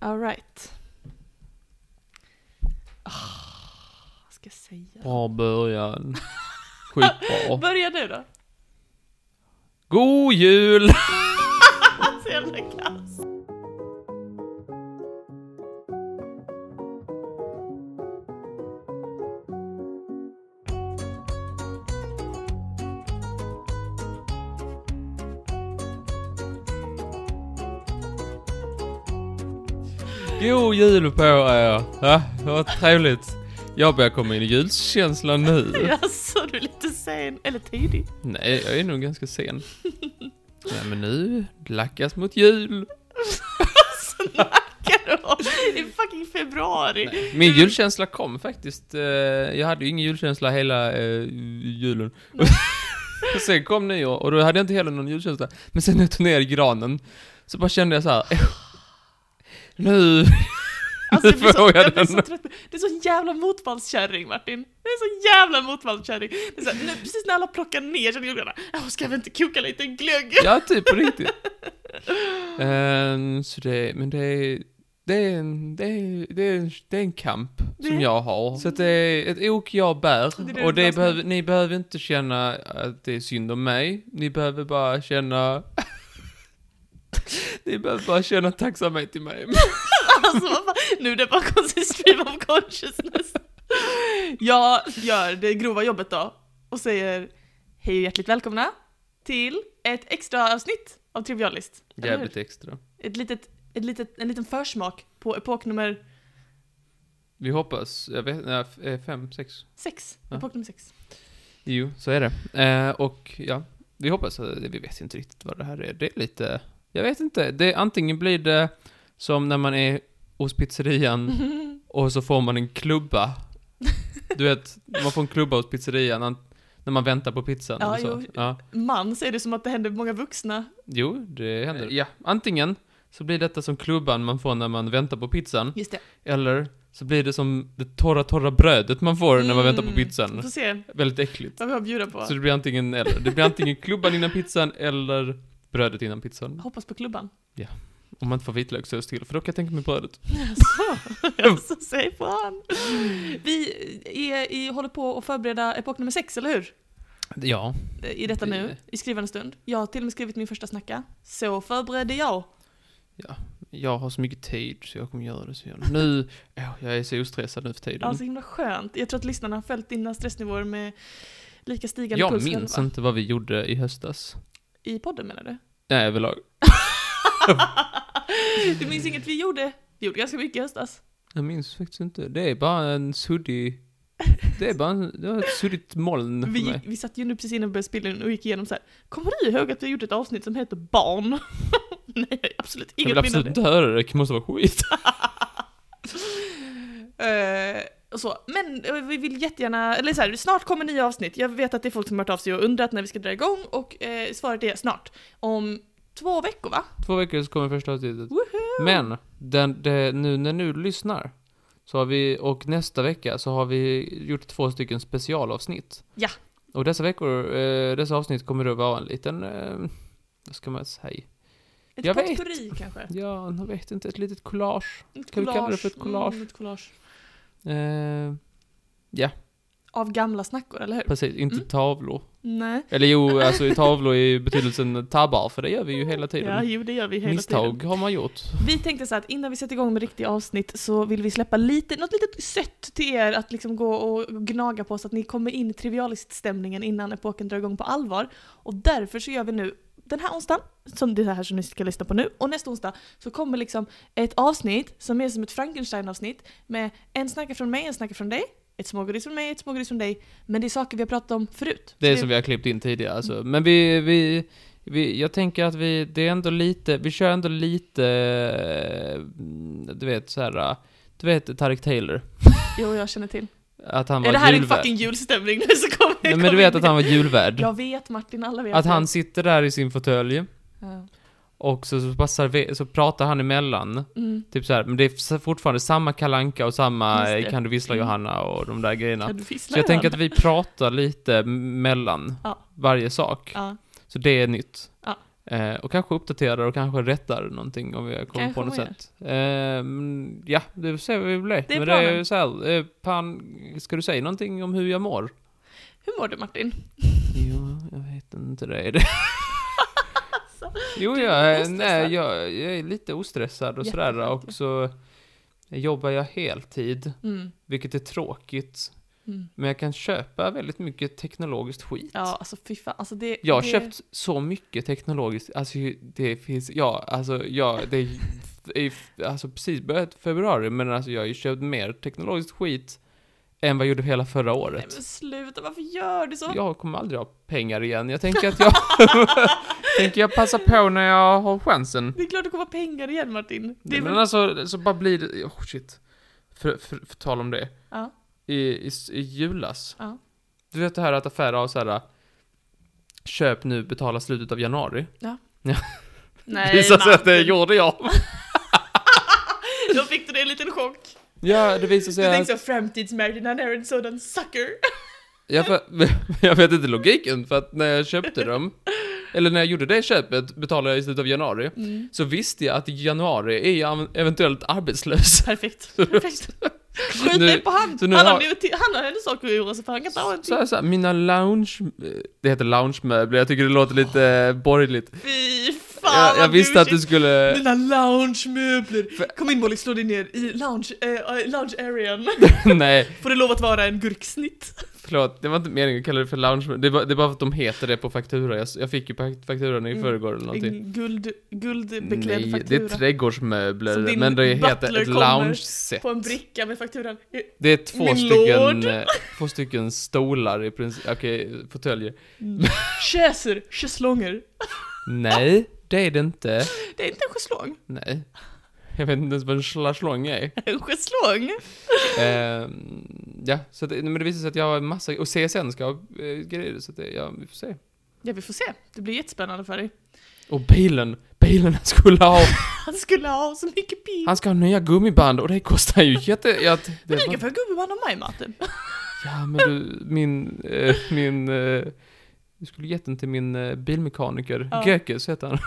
All right. Vad ska jag säga? Bra början. Skitbra. Börja du då. God jul! Så jävla kass. God jul på er. Ja, vad trevligt. Jag börjar komma in i julkänslan nu. Jaså, du är lite sen. Eller tidig. Nej, jag är nog ganska sen. Nej, men nu lackas mot jul. Snackar du om? Det är fucking februari. Nej, min julkänsla kom faktiskt. Jag hade ju ingen julkänsla hela julen. Och sen kom nyår och då hade jag inte heller någon julkänsla. Men sen när jag tog ner i granen så bara kände jag så här. Nu... Alltså, jag blir den. så trött. Det är så jävla motvallskärring, Martin. Det är så jävla motvallskärring. Det är så här, nu, precis när alla plockar ner så jag ska väl inte koka lite glögg? Ja, typ på riktigt. Så det är en kamp som jag har. Så att det är ett ok jag bär. Det och ni behöver inte känna att det är synd om mig. Ni behöver bara känna... Ni behöver bara känna tacksamhet till mig. Alltså, nu är det bara konstigt stream of consciousness. Jag gör det grova jobbet då och säger hej och hjärtligt välkomna till ett extra avsnitt av Trivialist. Jävligt extra. En liten försmak på epok nummer... Vi hoppas, jag vet, 5, 6. 6, Ja. epok nummer 6. Jo, så är det. Och ja, vi hoppas, vi vet inte riktigt vad det här är. Det är lite, jag vet inte, antingen blir det som när man är hos pizzerian och så får man en klubba. Du vet, man får en klubba hos pizzerian när man väntar på pizzan. Ja, eller så. jo. Ja. Man ser det som att det händer många vuxna. Jo, det händer. Ja, antingen så blir detta som klubban man får när man väntar på pizzan. Just det. Eller så blir det som det torra brödet man får när man väntar på pizzan. Får se Väldigt äckligt. vad vi har att bjuda på. Så det blir antingen eller. Det blir antingen klubban innan pizzan eller brödet innan pizzan. Hoppas på klubban. Ja. Om man inte får vitlökssås till, för då kan jag tänka mig brödet. Så säg på han. Vi håller på att förbereda epok nummer 6, eller hur? Ja. I detta nu, i skrivande stund. Jag har till och med skrivit min första snacka. Så förberedde jag. Ja. Jag har så mycket tid så jag kommer göra det så gärna. Nu, jag är så ostressad nu för tiden. Alltså himla skönt. Jag tror att lyssnarna har följt dina stressnivåer med lika stigande puls. Jag minns inte vad vi gjorde i höstas. I podden menar du? Nej, överlag. Du minns inget vi gjorde? Vi gjorde ganska mycket i höstas. Jag minns faktiskt inte. Det är bara en suddig... Det var ett suddigt moln för mig. Vi satt ju nu precis innan vi började spela in och gick igenom så här. Kommer du ihåg att vi gjorde ett avsnitt som heter Barn? Nej, absolut Jag inget vill minne av absolut inte höra det. Det måste vara skit. Och så. Men vi vill jättegärna, eller så här, snart kommer nya avsnitt. Jag vet att det är folk som har hört av sig och undrat när vi ska dra igång. Och svaret är snart. Om 2 veckor, va? 2 veckor så kommer första avsnittet. Woohoo! Men nu när du lyssnar så har vi, och nästa vecka så har vi gjort 2 stycken specialavsnitt. Ja. Och dessa avsnitt kommer då vara en liten, vad ska man säga? Ett potpurri kanske? Ja, jag vet inte, ett litet collage. Ett Kan vi kalla det för ett collage? Ett collage. Ja, Av gamla snackor, eller hur? precis. Inte tavlor. Nej. Eller jo, alltså i tavlor i betydelsen tabbar, för det gör vi ju hela tiden. Ja, jo, det gör vi hela Misstag tiden. har man gjort. Vi tänkte så att innan vi sätter igång med riktiga avsnitt så vill vi släppa något litet sött till er att liksom gå och gnaga på så att ni kommer in i trivialist-stämningen innan epoken drar igång på allvar. Och därför så gör vi nu den här onsdagen, som det här som ni ska lyssna på nu, och nästa onsdag så kommer liksom ett avsnitt som är som ett Frankenstein-avsnitt med en snacka från mig, en snacka från dig, ett smågodis från mig, ett smågodis från dig, men det är saker vi har pratat om förut. Det är som vi har klippt in tidigare, alltså. Men jag tänker att det är ändå lite, vi kör ändå lite, du vet, så här, du vet Tarek Taylor. Jo, jag känner till. Att han var är det här julvärd. en fucking julstämning nu så kommer Nej, men du vet att han var julvärd. Jag vet, Martin, alla vet. Att han sitter där i sin fåtölj. Ja. Och så pratar han emellan. Typ så här, men det är fortfarande samma Kalle Anka och samma Kan du vissla Johanna och de där grejerna. Så jag tänker att vi pratar lite mellan varje sak. Ja. Så det är nytt. Ja. Och kanske uppdaterar och kanske rättar någonting om vi kommer på något sätt. Ja, det får se vad vi blir. Det är men planen. det är så här, ska du säga någonting om hur jag mår? Hur mår du, Martin? Jo, jag vet inte det. Jo, jag är lite ostressad och sådär. Och så jobbar jag heltid, vilket är tråkigt. Men jag kan köpa väldigt mycket teknologiskt skit. Ja, alltså fy fan. Alltså jag har köpt så mycket teknologiskt. Alltså det finns, det är alltså precis börjat februari, men alltså jag har ju köpt mer teknologiskt skit än vad jag gjorde hela förra året. Nej men sluta, varför gör du så? Jag kommer aldrig ha pengar igen. Jag tänker att jag passar på när jag har chansen. Det är klart du kommer ha pengar igen, Martin. Det är men väl... alltså, så bara blir det... shit. För tal om det. Ja. I julas. Ja. Du vet det här att affärer har så här... Köp nu, betala slutet av januari. Ja. Ja. Nej, det visade sig att det gjorde jag. Då fick du det en liten chock. Ja, det visade sig Du att... tänkte så, framtidsmarknaden är en sådan sucker. Jag vet inte logiken, för att när jag köpte dem, eller när jag gjorde det köpet, betalade jag i slutet av januari, så visste jag att i januari är jag eventuellt arbetslös. Perfekt. Skjut dig på han. Han har en sak att oroa sig för. Han kan ta en till. Så här, mina lounge... Det heter loungemöbler. Jag tycker det låter lite borgerligt. Fy fan. Jag visste att du skulle... Mina loungemöbler. Kom in, Molly, slå dig ner i lounge-arean. Nej. Får det lov att vara en gurksnitt? Förlåt, det var inte meningen att kalla det för lounge. Det är bara för att de heter det på faktura. Jag fick ju fakturan i förrgår eller någonting. Guldbeklädd Nej, faktura. det är trädgårdsmöbler. Men det heter ett lounge-set. På en bricka med fakturan. Det är två stycken stolar i princip. Okej, fåtöljer. Schäslonger. Nej, det är det inte. Det är inte en schäslong. Nej. Jag vet inte ens vad en schäslong är. En schäslong? Ja, så men det visar sig att jag har en massa... Och CSN ska ha grejer, så att vi får se. Ja, vi får se. Det blir jättespännande för dig. Och bilen han skulle ha... Han skulle ha så mycket bil. Han ska ha nya gummiband, och det kostar ju Men du kan få gummiband av mig, Martin. Ja, men du, du skulle gett den till min bilmekaniker. Ja. Gökes heter han.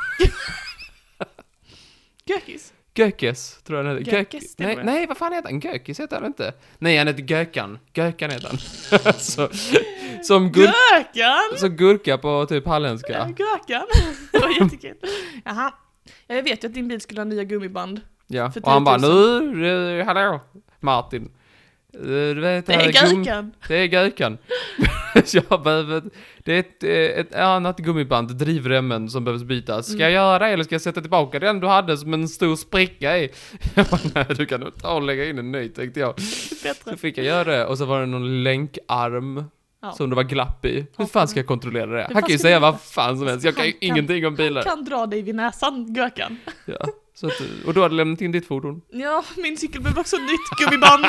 Gökis? Gökes, tror jag han heter. Gökes, nej, vad fan heter han? Gökis heter han inte. Nej, han heter Gökan. Gökan heter han. Som Gökan? Så gurka på typ halländska. Gökan? Det var jättekul. Jaha. Jag vet ju att din bil skulle ha nya gummiband. Ja, och han bara, nu, hallå, Martin. Du vet, det är Gökan. Det är Gökan. Jag behöver... Det är ett annat gummiband, drivremmen, som behövs bytas. Ska jag göra det, eller ska jag sätta tillbaka den du hade som en stor spricka i? Jag bara, nej, du kan nog ta och lägga in en ny, tänkte jag. Bättre. Så fick jag göra det, och så var det någon länkarm som det var glapp i. Hur fan ska jag kontrollera det? Han kan ju säga vad fan som helst. Jag kan ju ingenting om bilar. Han kan dra dig vid näsan, Gökan. Ja, så att, och då hade du lämnat in ditt fordon. Ja, min cykel behöver också nytt gummiband.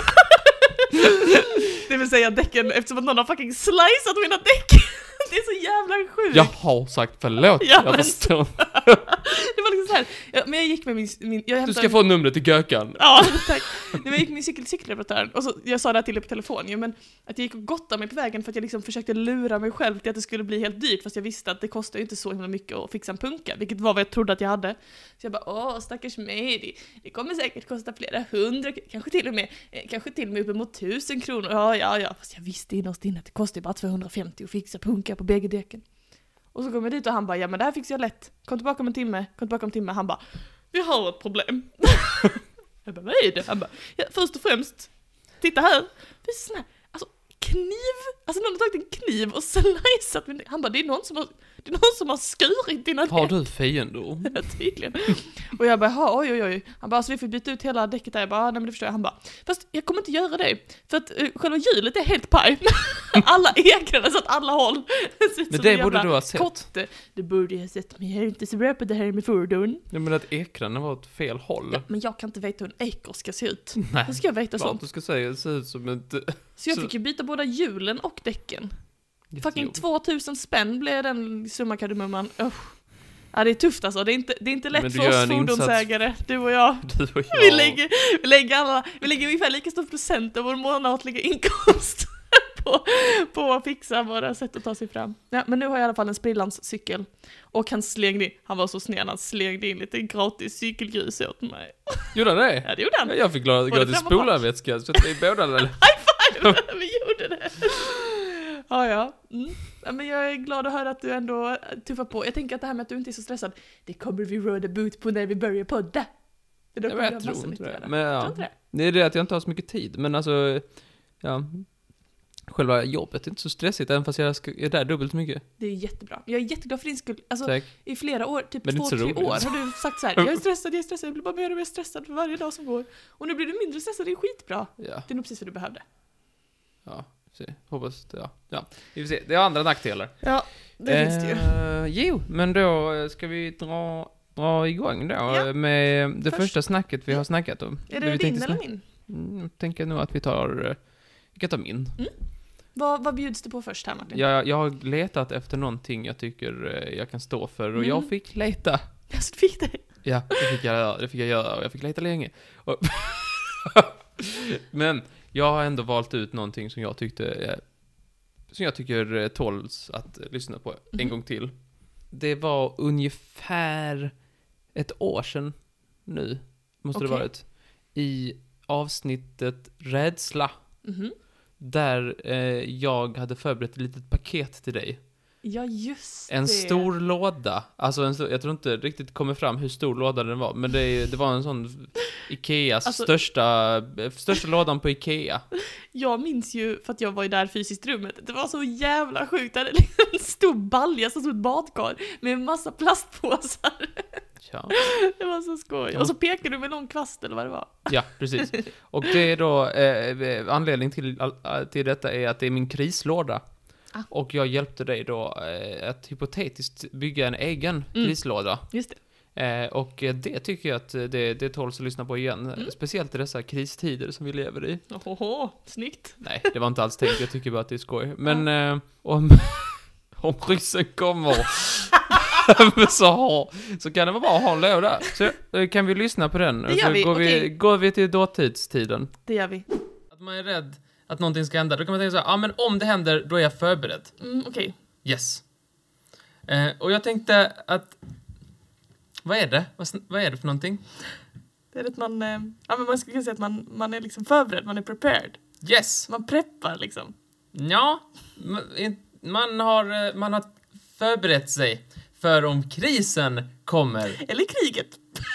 Det vill säga däcken, eftersom att någon har fucking sliceat mina däck. Det är så jävla sjukt. Jag har sagt förlåt, ja, jag förstår. Det var liksom så här. Men jag gick med min du ska få numret till Gökan. Ja, tack. Jag gick med min cykelreparatören, och så, jag sa det här till dig på telefon ju, men att jag gick och gottade mig på vägen för att jag liksom försökte lura mig själv till att det skulle bli helt dyrt, fast jag visste att det kostar ju inte så himla mycket att fixa en punka, vilket var vad jag trodde att jag hade. Så jag bara, stackars mig, det kommer säkert kosta flera hundra, kanske till och med uppemot 1000 kronor. Ja, fast jag visste innerst inne att det kostar bara 250 att fixa punka på bägge däcken. Och så kom jag dit och han bara, ja men det här fixar jag lätt. Kom tillbaka om en timme. Han bara, vi har ett problem. Jag bara, vad är det? Han bara, ja, först och främst, titta här. Det är sån här, alltså kniv. Alltså någon har tagit en kniv och sliceat. Han bara, det är någon som har skurit dina däck. Har du fiender? Ja, tydligen. Och jag bara, oj. Han bara, så vi får byta ut hela däcket där. Jag bara, nej men det förstår jag. Han bara, fast jag kommer inte göra det. För att själva hjulet är helt paj. Alla ekrarna så att alla håll. Men det borde du ha sett. Kotte. Det borde jag ha sett, men jag är inte så bra på det här med fordon. Jag menar att ekrarna var åt fel håll. Ja, men jag kan inte veta hur en eker ska se ut. Nej. Hur ska jag veta sånt? Du ska säga det ser ut som ett... Så jag fick ju byta båda hjulen och däcken. Fucking 2000 spänn blev den summa kardemumman. Ja, det är tufft alltså. Det är inte lätt för oss fordonsägare. Du och jag. Vi lägger ungefär lika stor procent av vår månatliga inkomst på att fixa våra sätt att ta sig fram. Ja, men nu har jag i alla fall en sprillans cykel. Och han var så snäll, han slängde in lite gratis cykelgrus åt mig. Gjorde han det? Ja, det gjorde han. Jag fick gratis spolarvätska, så det är båda eller? Vi gjorde det. Ja. Ja, men jag är glad att höra att du ändå tuffar på. Jag tänker att det här med att du inte är så stressad, det kommer vi råda bot på när vi börjar podda. Jag tror inte det. Men ja, det är det att jag inte har så mycket tid. Men alltså, ja, själva jobbet är inte så stressigt, även fast jag är där dubbelt mycket. Det är jättebra. Jag är jätteglad för din skull. Alltså, tack. I flera år, typ 2-3 2-3 år, har du sagt så här: jag är stressad, jag blir bara mer och mer stressad för varje dag som går. Och nu blir du mindre stressad, det är skitbra. Ja. Det är nog precis vad du behövde. Ja, hoppas det, ja. Vi får se, det är andra nackdelar. Ja, det finns det ju. Jo, men då ska vi dra igång då med det första snacket vi har snackat om. Är det din eller min? Jag tänker nog att vi kan ta min. Vad bjuds det på först här, Martin? Jag har letat efter någonting jag tycker jag kan stå för, och jag fick leta. Alltså, du fick det? Ja, det fick jag göra, och jag fick leta länge. Men jag har ändå valt ut någonting som jag tycker tåls att lyssna på en gång till. Det var ungefär ett år sedan nu, måste det varit, i avsnittet Rädsla, där jag hade förberett ett litet paket till dig. Ja, just en stor låda. Alltså jag tror inte riktigt kommer fram hur stor låda den var, men det var en sån Ikeas största lådan på Ikea. Jag minns ju, för att jag var ju där fysiskt i rummet, det var så jävla sjukt. Det hade liksom en stor balja som ett badkar med en massa plastpåsar. Ja. Det var så skoj. Ja. Och så pekade du med någon kvast eller vad det var. Ja, precis. Och det är då anledning till detta är att det är min krislåda. Och jag hjälpte dig då att hypotetiskt bygga en egen krislåda. Just det. Och det tycker jag att det tåls att lyssna på igen. Speciellt i dessa kristider som vi lever i. Ohoho, snyggt. Nej, det var inte alls tänkt. Jag tycker bara att det är skoj. Men om ryssen kommer så kan det vara bra att ha en låda. Så kan vi lyssna på den. Det gör vi. Går vi till dåtidstiden. Det gör vi. Att man är rädd att någonting ska hända. Då kan man tänka så här, men om det händer, då är jag förberedd. Okej. Yes. Och jag tänkte att vad är det? Vad är det för någonting? Det är att man, men man skulle säga att man är liksom förberedd, man är prepared. Yes. Man preppar liksom. Ja, man har förberett sig för om krisen kommer. Eller kriget.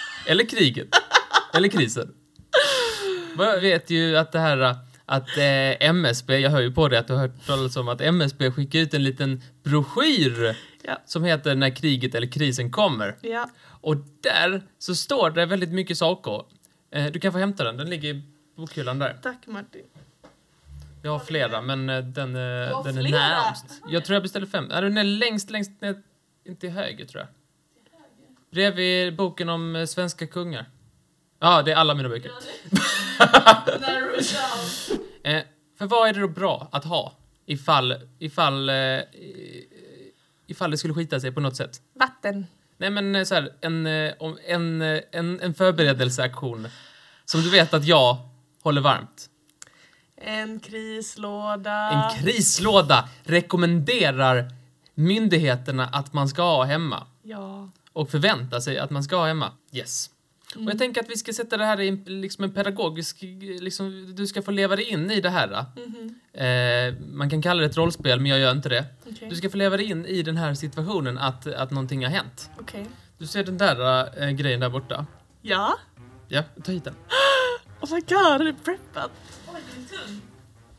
Eller krisen. Jag vet ju att det här att MSB, jag hör ju på det att du har hört talas om att MSB skickar ut en liten broschyr som heter När kriget eller krisen kommer. Ja. Och där så står det väldigt mycket saker. Du kan få hämta den ligger i bokhyllan där. Tack, Martin. Jag har flera, men den är närmast. Jag tror jag beställde 5. Den är längst ner, inte i höger tror jag. Bredvid boken om svenska kungar. Ja, det är alla mina böcker. För vad är det då bra att ha ifall det skulle skita sig på något sätt? Vatten. Nej, men så här, en förberedelseaktion som du vet att jag håller varmt. En krislåda. En krislåda rekommenderar myndigheterna att man ska ha hemma. Ja. Och förvänta sig att man ska ha hemma. Yes. Och jag tänker att vi ska sätta det här i liksom en pedagogisk, liksom, du ska få leva dig in i det här. Man kan kalla det ett rollspel, men jag gör inte det. Okay. Du ska få leva dig in i den här situationen att någonting har hänt. Okay. Du ser den där grejen där borta. Ja. Ja, ta hit den. Oh my god, det är preppat. Oj, det är tung.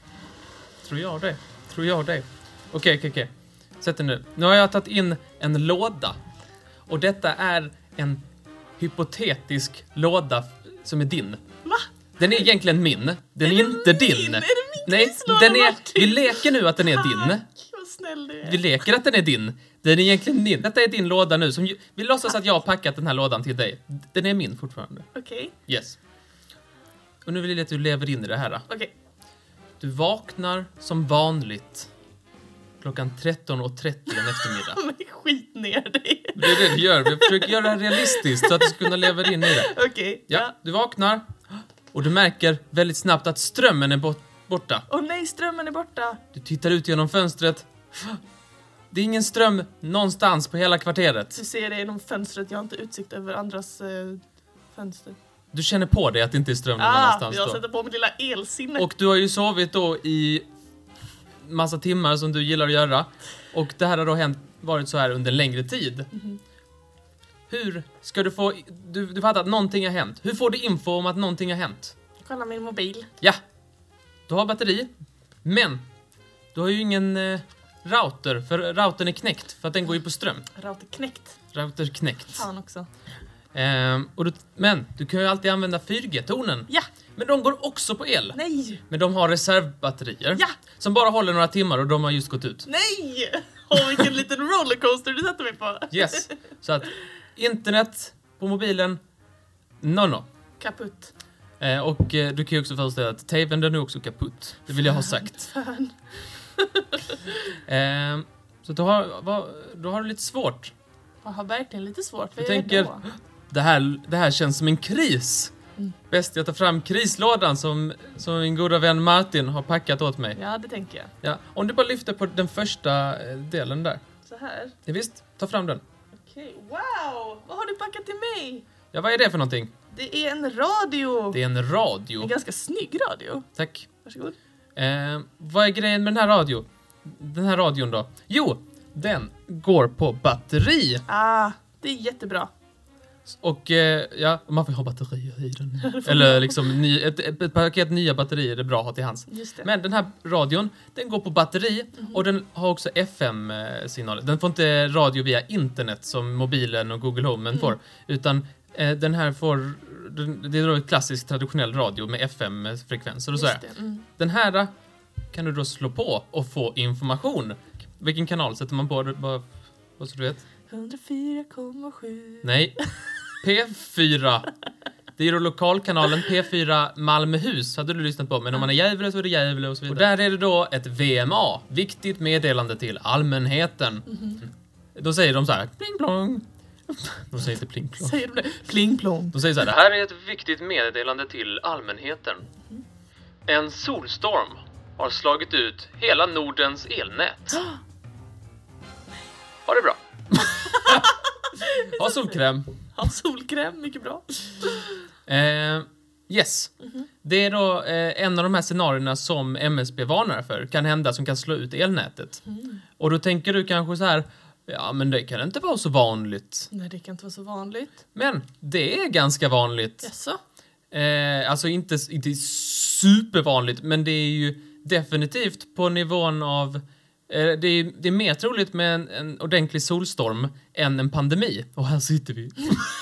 Tror jag det. Okej. Sätt den nu. Nu har jag tagit in en låda. Och detta är en hypotetisk låda som är din. Va? Den är egentligen min. Den är inte din. Är det min? Nej, den är. Vi leker nu att den är din. Vad snäll du är. Vi leker att den är din. Den är egentligen din. Detta är din låda nu. Vi låtsas att jag har packat den här lådan till dig. Den är min fortfarande. Okej. Yes. Och nu vill jag att du lever in i det här. Okej. Du vaknar som vanligt klockan 13:30 en eftermiddag. Men skit ner dig. Det är det du gör. Vi försöker göra det här realistiskt så att du ska kunna leva in i det. Okej. Ja, du vaknar och du märker väldigt snabbt att strömmen är borta. Åh nej, strömmen är borta. Du tittar ut genom fönstret. Det är ingen ström någonstans på hela kvarteret. Du ser det genom fönstret, jag har inte utsikt över andras fönster. Du känner på dig att det inte är ström någon annanstans jag då. sätter på mitt lilla elsinne. Och du har ju sovit då i massa timmar som du gillar att göra. Och det här har då varit så här under en längre tid. Hur ska du få... Du fattar att någonting har hänt. Hur får du info om att någonting har hänt? Kolla min mobil. Ja, du har batteri. Men du har ju ingen router. För routern är knäckt. För att den går ju på ström. Router knäckt. Fan också. Men du kan ju alltid använda 4G-tornen. Ja. Men de går också på el. Nej. Men de har reservbatterier. Ja. Som bara håller några timmar och de har just gått ut. Nej! Åh, vilken liten rollercoaster du sätter mig på. Yes. Så att internet på mobilen, no. Kaputt. Och du kan ju också föreställa att tvn den är också kaputt. Det vill jag ha sagt. Fan. Så då har du lite svårt. Jag har verkligen lite svårt. Jag tänker, det här känns som en kris. Bäst jag tar fram krislådan som min goda vän Martin har packat åt mig. Ja, det tänker jag. Ja, om du bara lyfter på den första delen där. Så här? Ja, visst, ta fram den. Okej, wow! Vad har du packat till mig? Ja, vad är det för någonting? Det är en radio. Det är en radio. En ganska snygg radio. Tack. Varsågod. Vad är grejen med den här radion då? Jo, den går på batteri. Det är jättebra. Och man får ha batterier i den. Eller liksom ett paket nya batterier är bra att ha till hands. Just det. Men den här radion, den går på batteri och den har också FM-signaler. Den får inte radio via internet som mobilen och Google Home får. Utan den här får, det är då ett klassiskt traditionell radio med FM-frekvenser och så här. Den här kan du då slå på och få information. Vilken kanal sätter man på? Vad så du vet? 104,7. Nej, P4. Det är då lokalkanalen P4 Malmöhus hade du lyssnat på. Men om man är Gävle så är det Gävle och så vidare. Och där är det då ett VMA. Viktigt meddelande till allmänheten. Då säger de så här, pling plong. De säger inte pling plong. Säger de det? Pling plong. De säger så här, det här är ett viktigt meddelande till allmänheten. En solstorm har slagit ut hela Nordens elnät. Ha det bra. Ha solkräm. Ha solkräm, mycket bra. Yes. Det är då en av de här scenarierna som MSB varnar för. Kan hända som kan slå ut elnätet. Och då tänker du kanske så här, ja men det kan inte vara så vanligt. Nej, det kan inte vara så vanligt. Men det är ganska vanligt. Jaså? Alltså inte supervanligt, men det är ju definitivt på nivån av... Det är mer troligt med en ordentlig solstorm än en pandemi. Och här sitter vi.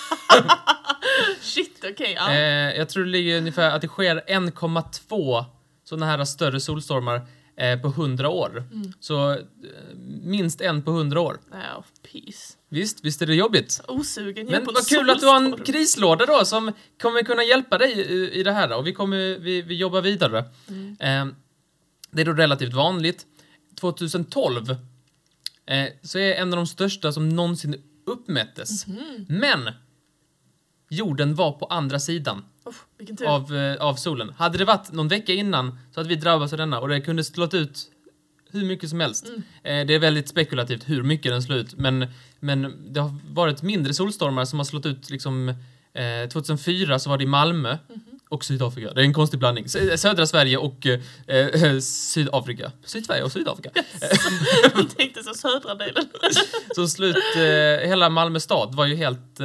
Shit, okej. Jag tror det ligger ungefär att det sker 1,2 sådana här större solstormar på 100 år. Så minst en på 100 år. Ja, peace. Visst är det jobbigt. Osugen. Men vad kul att du har en krislåda då som kommer kunna hjälpa dig i det här då. Och vi jobbar vidare. Det är då relativt vanligt. 2012 så är en av de största som någonsin uppmättes. Men jorden var på andra sidan vilken tur. Av solen. Hade det varit någon vecka innan så hade vi drabbats av denna och det kunde slått ut hur mycket som helst. Det är väldigt spekulativt hur mycket den slår ut, men det har varit mindre solstormar som har slått ut liksom 2004 så var det i Malmö och Sydafrika. Det är en konstig blandning. Södra Sverige och Sydafrika. Sydsverige och Sydafrika. Jag tänkte så södra delen. Så slut, hela Malmö stad var ju helt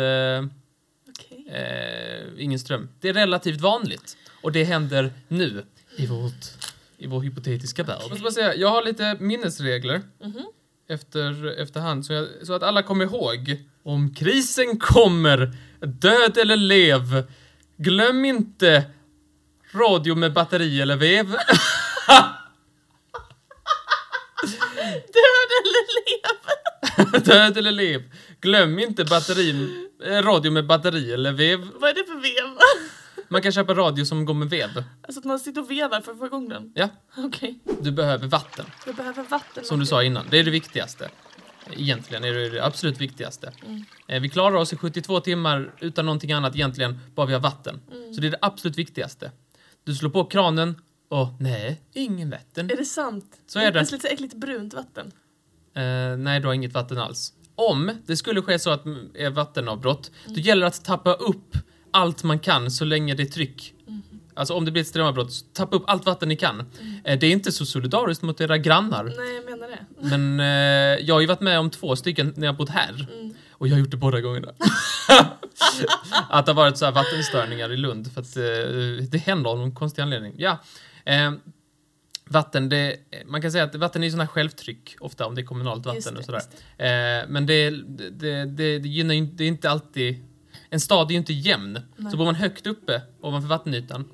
ingen ström. Det är relativt vanligt. Och det händer nu i vår hypotetiska värld. Jag måste bara säga, jag har lite minnesregler efterhand så att alla kommer ihåg. Om krisen kommer, död eller lev, glöm inte radio med batteri eller vev. Död eller lev. Död eller lev. Glöm inte radio med batteri eller vev. Vad är det för vev? Man kan köpa radio som går med vev. Alltså att man sitter och vevar för att få igång den? Ja. Okej. Du behöver vatten. Jag behöver vatten. Som du sa innan. Det är det viktigaste. Egentligen är det absolut viktigaste. Vi klarar oss i 72 timmar utan någonting annat egentligen. Bara vi har vatten. Så det är det absolut viktigaste. Du slår på kranen nej, ingen Vättern. Är det sant? Så är det. Det är lite äckligt brunt vatten. Nej, du har inget vatten alls. Om det skulle ske så att det är vattenavbrott, då gäller det att tappa upp allt man kan så länge det är tryck. Alltså om det blir ett strömavbrott, så tappa upp allt vatten ni kan. Det är inte så solidariskt mot era grannar. Nej, jag menar det. Men jag har ju varit med om 2 stycken när jag bott här. Och jag har gjort det båda gångerna. Att det har varit så här vattenstörningar i Lund. För att det händer av någon konstig anledning. Ja. Vatten, man kan säga att vatten är sån här självtryck ofta om det är kommunalt vatten och sådär. Men det gynnar ju, det är inte alltid, en stad är ju inte jämn. Nej. Så bor man högt uppe ovanför vattenytan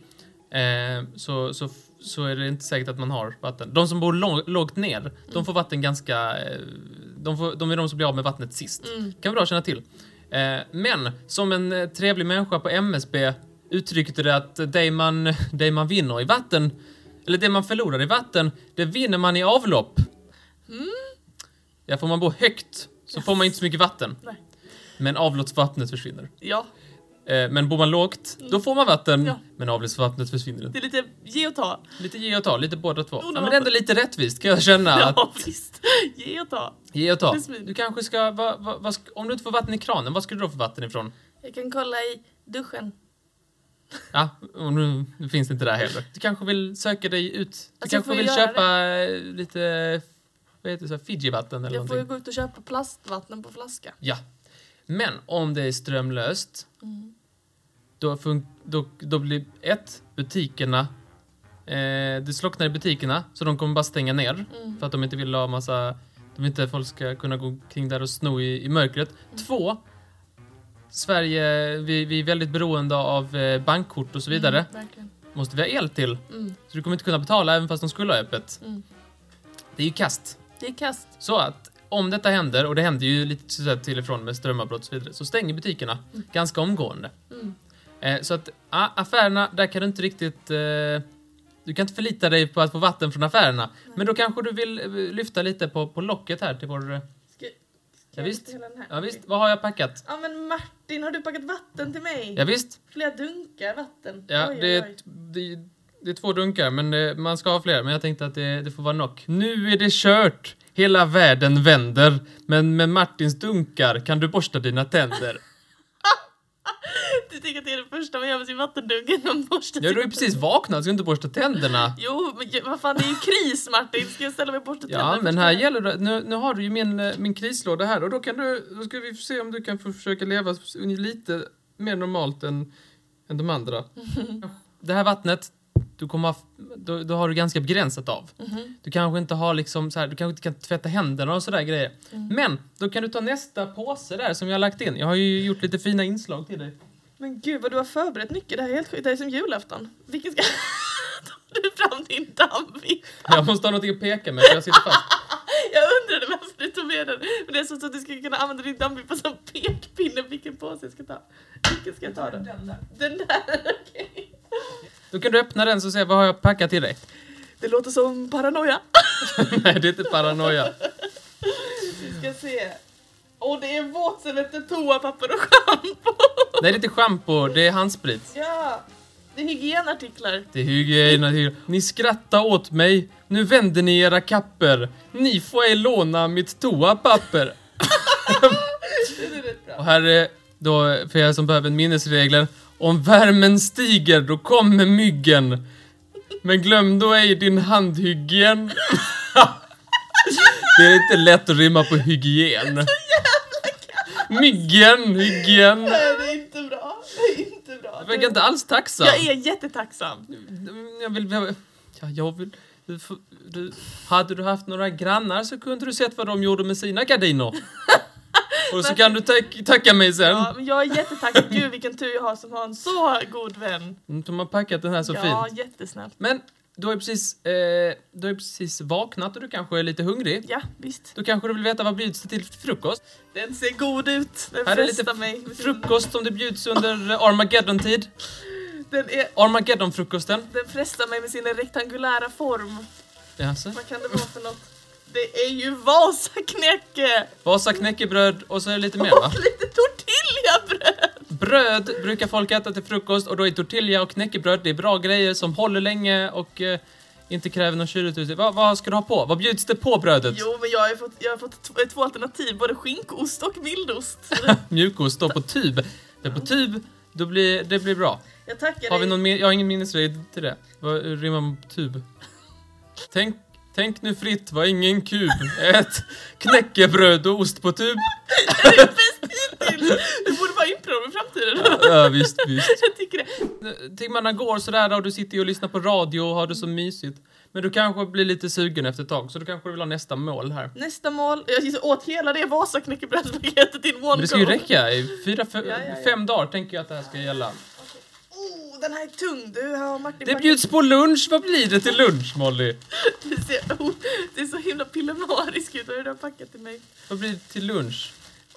så är det inte säkert att man har vatten. De som bor lågt ner, de får vatten ganska, de är de som blir av med vattnet sist. Kan vi bra känna till. Men som en trevlig människa på MSB uttryckte det att det man vinner i vatten, eller det man förlorar i vatten, det vinner man i avlopp. Ja, får man bo högt så får man inte så mycket vatten. Nej. Men avloppsvattnet försvinner. Ja. Men bor man lågt, då får man vatten. Ja. Men avloppsvattnet försvinner. Det är lite ge och ta. Lite ge och ta, lite båda två. Ja, men ändå lite rättvist kan jag känna. Ja, visst. Ge och ta. Ge och ta. Du kanske ska, om du inte får vatten i kranen, vad ska du då få vatten ifrån? Jag kan kolla i duschen. Ja, och nu finns det inte där heller. Du kanske vill söka dig ut. Du kanske vill köpa lite, vad heter det, så Fiji-vatten eller någonting. Jag får ju gå ut och köpa plastvatten på flaska. Ja. Men om det är strömlöst, då blir butikerna, det slocknar i butikerna, så de kommer bara stänga ner. För att de inte vill ha de vill inte att folk ska kunna gå kring där och sno i mörkret. 2, Sverige, vi är väldigt beroende av bankkort och så vidare. Måste vi ha el till. Så du kommer inte kunna betala även fast de skulle ha öppet. Det är ju kast. Det är kast. Så att om detta händer, och det händer ju lite så till ifrån med strömavbrott och så vidare, så stänger butikerna ganska omgående. Så att affärerna, där kan du inte riktigt, du kan inte förlita dig på att få vatten från affärerna. Men då kanske du vill lyfta lite på locket här till vår... Ja, visst. Ja, visst. Vad har jag packat? Ja, men Martin, har du packat vatten till mig? Ja, visst. Flera dunkar vatten. Ja, det är 2 dunkar, men man ska ha fler. Men jag tänkte att det får vara nog. Nu är det kört. Hela världen vänder. Men med Martins dunkar kan du borsta dina tänder. Du tycker att det är det första man gör med sin vattendunk. Ja, du är precis vaknat. Ska du inte borsta tänderna? Jo, men vad fan, det är ju kris, Martin. Ska jag ställa mig och borsta tänderna? Ja, men här gäller det. Nu har du ju min krislåda här. Och då ska vi se om du kan försöka leva lite mer normalt än de andra. Det här vattnet, då har du ganska begränsat av. Du kanske inte har liksom så här, du kanske inte kan tvätta händerna och sådär grejer. Men då kan du ta nästa påse där som jag har lagt in. Jag har ju gjort lite fina inslag till dig. Men gud, vad du har förberett mycket. Det här är helt sjukt. Det är som julafton. Vilken ska... Tar du fram din dammvippa? Jag måste ha något att peka med för jag sitter fast. Jag undrade varför du tog med den. Men det är så att du ska kunna använda din dammvippa som pekpinne. Vilken påse jag ska ta. Vilken ska jag ta då? Den där, okej. Då kan du öppna den så se vad har jag packat till dig. Det låter som paranoia. Nej, det är inte paranoia. Vi ska se. Och det är våtservetter, toapapper och shampoo. Nej, det är inte shampoo, det är handsprit. Ja, det är hygienartiklar. Det är hygienartiklar. Ni skrattar åt mig. Nu vänder ni era kapper. Ni får ej låna mitt toapapper. Det är rätt bra. Och här är då, för er som behöver minnesregler. Om värmen stiger, då kommer myggen. Men glöm då ej din handhygien. Det är inte lätt att rimma på hygien. Myggen, hygien. Nej, det är inte bra. Det är inte bra. Jag är inte alls tacksam. Jag är jättetacksam. Hade du haft några grannar så kunde du sett vad de gjorde med sina gardiner. Och så kan du tacka mig sen. Ja, men jag är jättetacksam. Gud, vilken tur jag har som har en så god vän. De har packat den här så fint. Ja, jättesnällt. Men du har precis vaknat och du kanske är lite hungrig. Ja, visst. Då kanske du vill veta vad bjuds det till frukost. Den ser god ut. Den här är lite mig. Frukost som det bjuds under Armageddon-tid. Armageddon-frukosten. Den frestar mig med sin rektangulära form. Jaså? Vad kan det vara för något? Det är ju Vasaknäcke. Vasaknäckebröd och så är det lite mer, va? Och lite tortillabröd. Bröd brukar folk äta till frukost och då är tortilla och knäckebröd. Det är bra grejer som håller länge och inte kräver någon kylutrustning. Vad ska du ha på? Vad bjuds det på brödet? Jo, men jag har fått två alternativ. Både skinkost och mildost. Mjukost står på tub. Det är på tub, det blir bra. Jag tackar Har vi dig. någon jag har ingen minnesregel till det. Vad rimmar man på tub? Tänk nu fritt, var ingen kub. Ät knäckebröd och ost på tub. Det är bäst hittills. Du borde vara improv i framtiden. Ja, visst. Jag tycker det. Timmarna går sådär och du sitter och lyssnar på radio och har det så mysigt. Men du kanske blir lite sugen efter ett tag, så du kanske vill ha nästa mål här. Nästa mål. Jag åt hela det Vasa-knäckebrödspaketet in one go. Men det ska ju räcka i 5 dagar tänker jag att det här ska gälla. Den här är tung, du har Martin. Det bjuds på lunch, vad blir det till lunch, Molly? Det är så himla pillemariskt ut vad du har packat till mig. Vad blir det till lunch?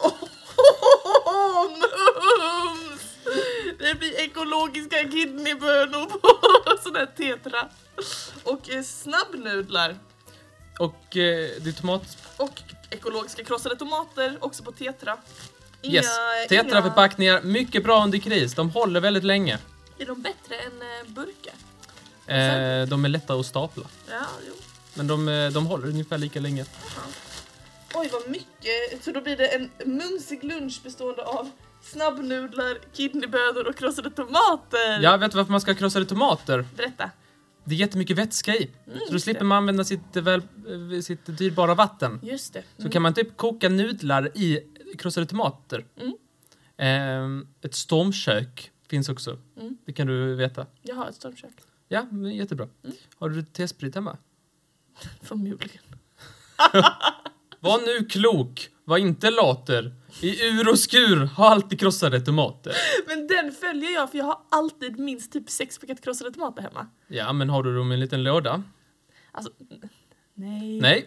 Mums! Det blir ekologiska kidneybönor på sån här tetra. Och snabbnudlar. Och det är tomat. Och ekologiska krossade tomater också på tetra. Yes, tetraförpackningar, mycket bra under kris. De håller väldigt länge. Är de bättre än burkar? De är lättare att stapla. Ja, jo. Men de håller ungefär lika länge. Oj, vad mycket. Så då blir det en mumsig lunch bestående av snabbnudlar, kidneybönor och krossade tomater. Ja, vet du varför man ska ha krossade tomater? Berätta. Det är jättemycket vätska i. Så då slipper man använda sitt dyrbara vatten. Just det. Så kan man typ koka nudlar i krossade tomater. Ett stormkök finns också. Det kan du veta. Jag har ett stormkök. Ja, men jättebra. Har du tesprit hemma? Förmodligen. Var nu klok. Var inte later. I ur och skur har alltid krossade tomater. Men den följer jag, för jag har alltid minst typ 6 paket krossade tomater hemma. Ja, men har du dem i en liten låda? Alltså, nej. Nej.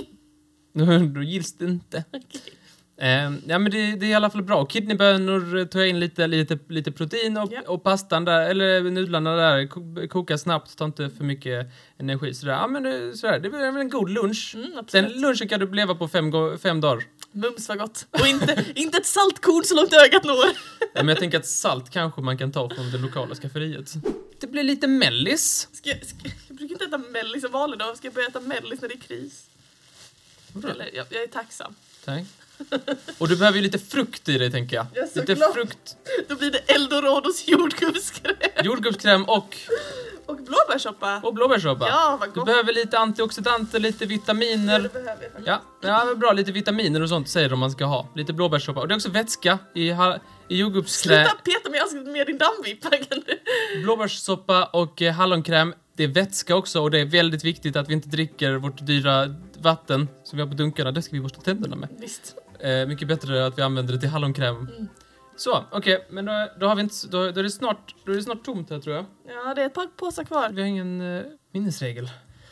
Då gills det inte. Okay. Ja, men det är i alla fall bra. Kidneybönor tar jag in lite protein och pastan där, eller nudlarna där, kokar snabbt, tar inte för mycket energi. Sådär. Ja, men det blir en god lunch. Den lunchen kan du leva på 5 dagar. Mums var gott. Och inte ett saltkorn så långt ögat når. Ja, men jag tänker att salt kanske man kan ta från det lokala skafferiet. Det blir lite mellis. Jag brukar inte äta mellis en vanlig dag. Ska jag börja äta mellis när det är kris? Eller, jag är tacksam. Tack. Och du behöver ju lite frukt i dig, tänker jag. Lite frukt. Då blir det Eldorados jordgubbskräm. Jordgubbskräm och blåbärssoppa. Och blåbärssoppa. Ja, vad gott. Du behöver lite antioxidanter, lite vitaminer. Ja, det behöver jag faktiskt. Ja, bra. Lite vitaminer och sånt säger de man ska ha. Lite blåbärssoppa. Och det är också vätska i jordgubbskräm. Sluta peta mig, jag ska med din dammvippa. Blåbärssoppa och hallonkräm. Det är vätska också, och det är väldigt viktigt att vi inte dricker vårt dyra vatten som vi har på dunkarna. Det ska vi borsta tänderna med. Visst. Mycket bättre att vi använder det till hallonkräm. Så, okej. Men då har vi inte, då är det snart tomt här, tror jag. Ja, det är ett par påsar kvar. Vi har ingen minnesregel.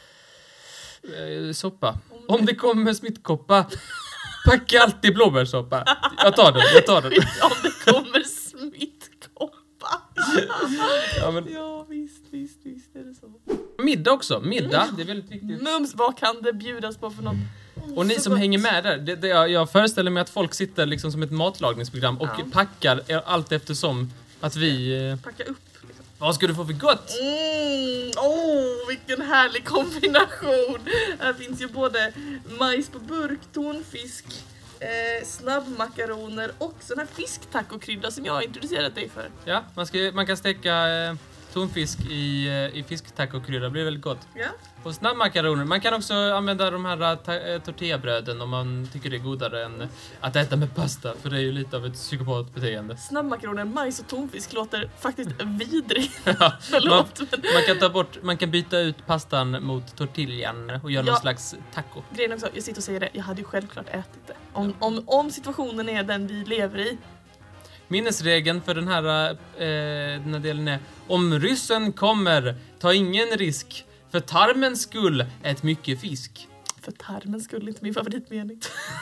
Soppa. Om det kommer smittkoppa, packa alltid blåbärssoppa. Jag tar den. Om det kommer smittkoppa. Ja, visst är det så. Middag också. Middag, det är väldigt viktigt. Mums, vad kan det bjudas på för något? Och ni som hänger med där, jag föreställer mig att folk sitter liksom som ett matlagningsprogram och packar allt eftersom att vi... Packa upp. Liksom. Vad ska du få för gott? Vilken härlig kombination. Här finns ju både majs på burk, tonfisk, snabbmakaroner och sån här fisktacokrydda som jag har introducerat dig för. Ja, man kan steka tonfisk i fisktacokrydda, det blir väldigt gott. Ja. Och snabbmakaroner. Man kan också använda de här tortillabröden om man tycker det är godare än att äta med pasta, för det är ju lite av ett psykopatbeteende. Snabbmakaroner, majs och tonfisk låter faktiskt vidrigt. Ja, Förlåt. Man kan byta ut pastan mot tortillan och göra någon slags taco. Grejen också, jag sitter och säger det, jag hade ju självklart ätit det. Om situationen är den vi lever i. Minnesregeln för den här delen är: om ryssen kommer, ta ingen risk. För tarmens skull, ät mycket fisk. För tarmens skull, inte min favoritmening.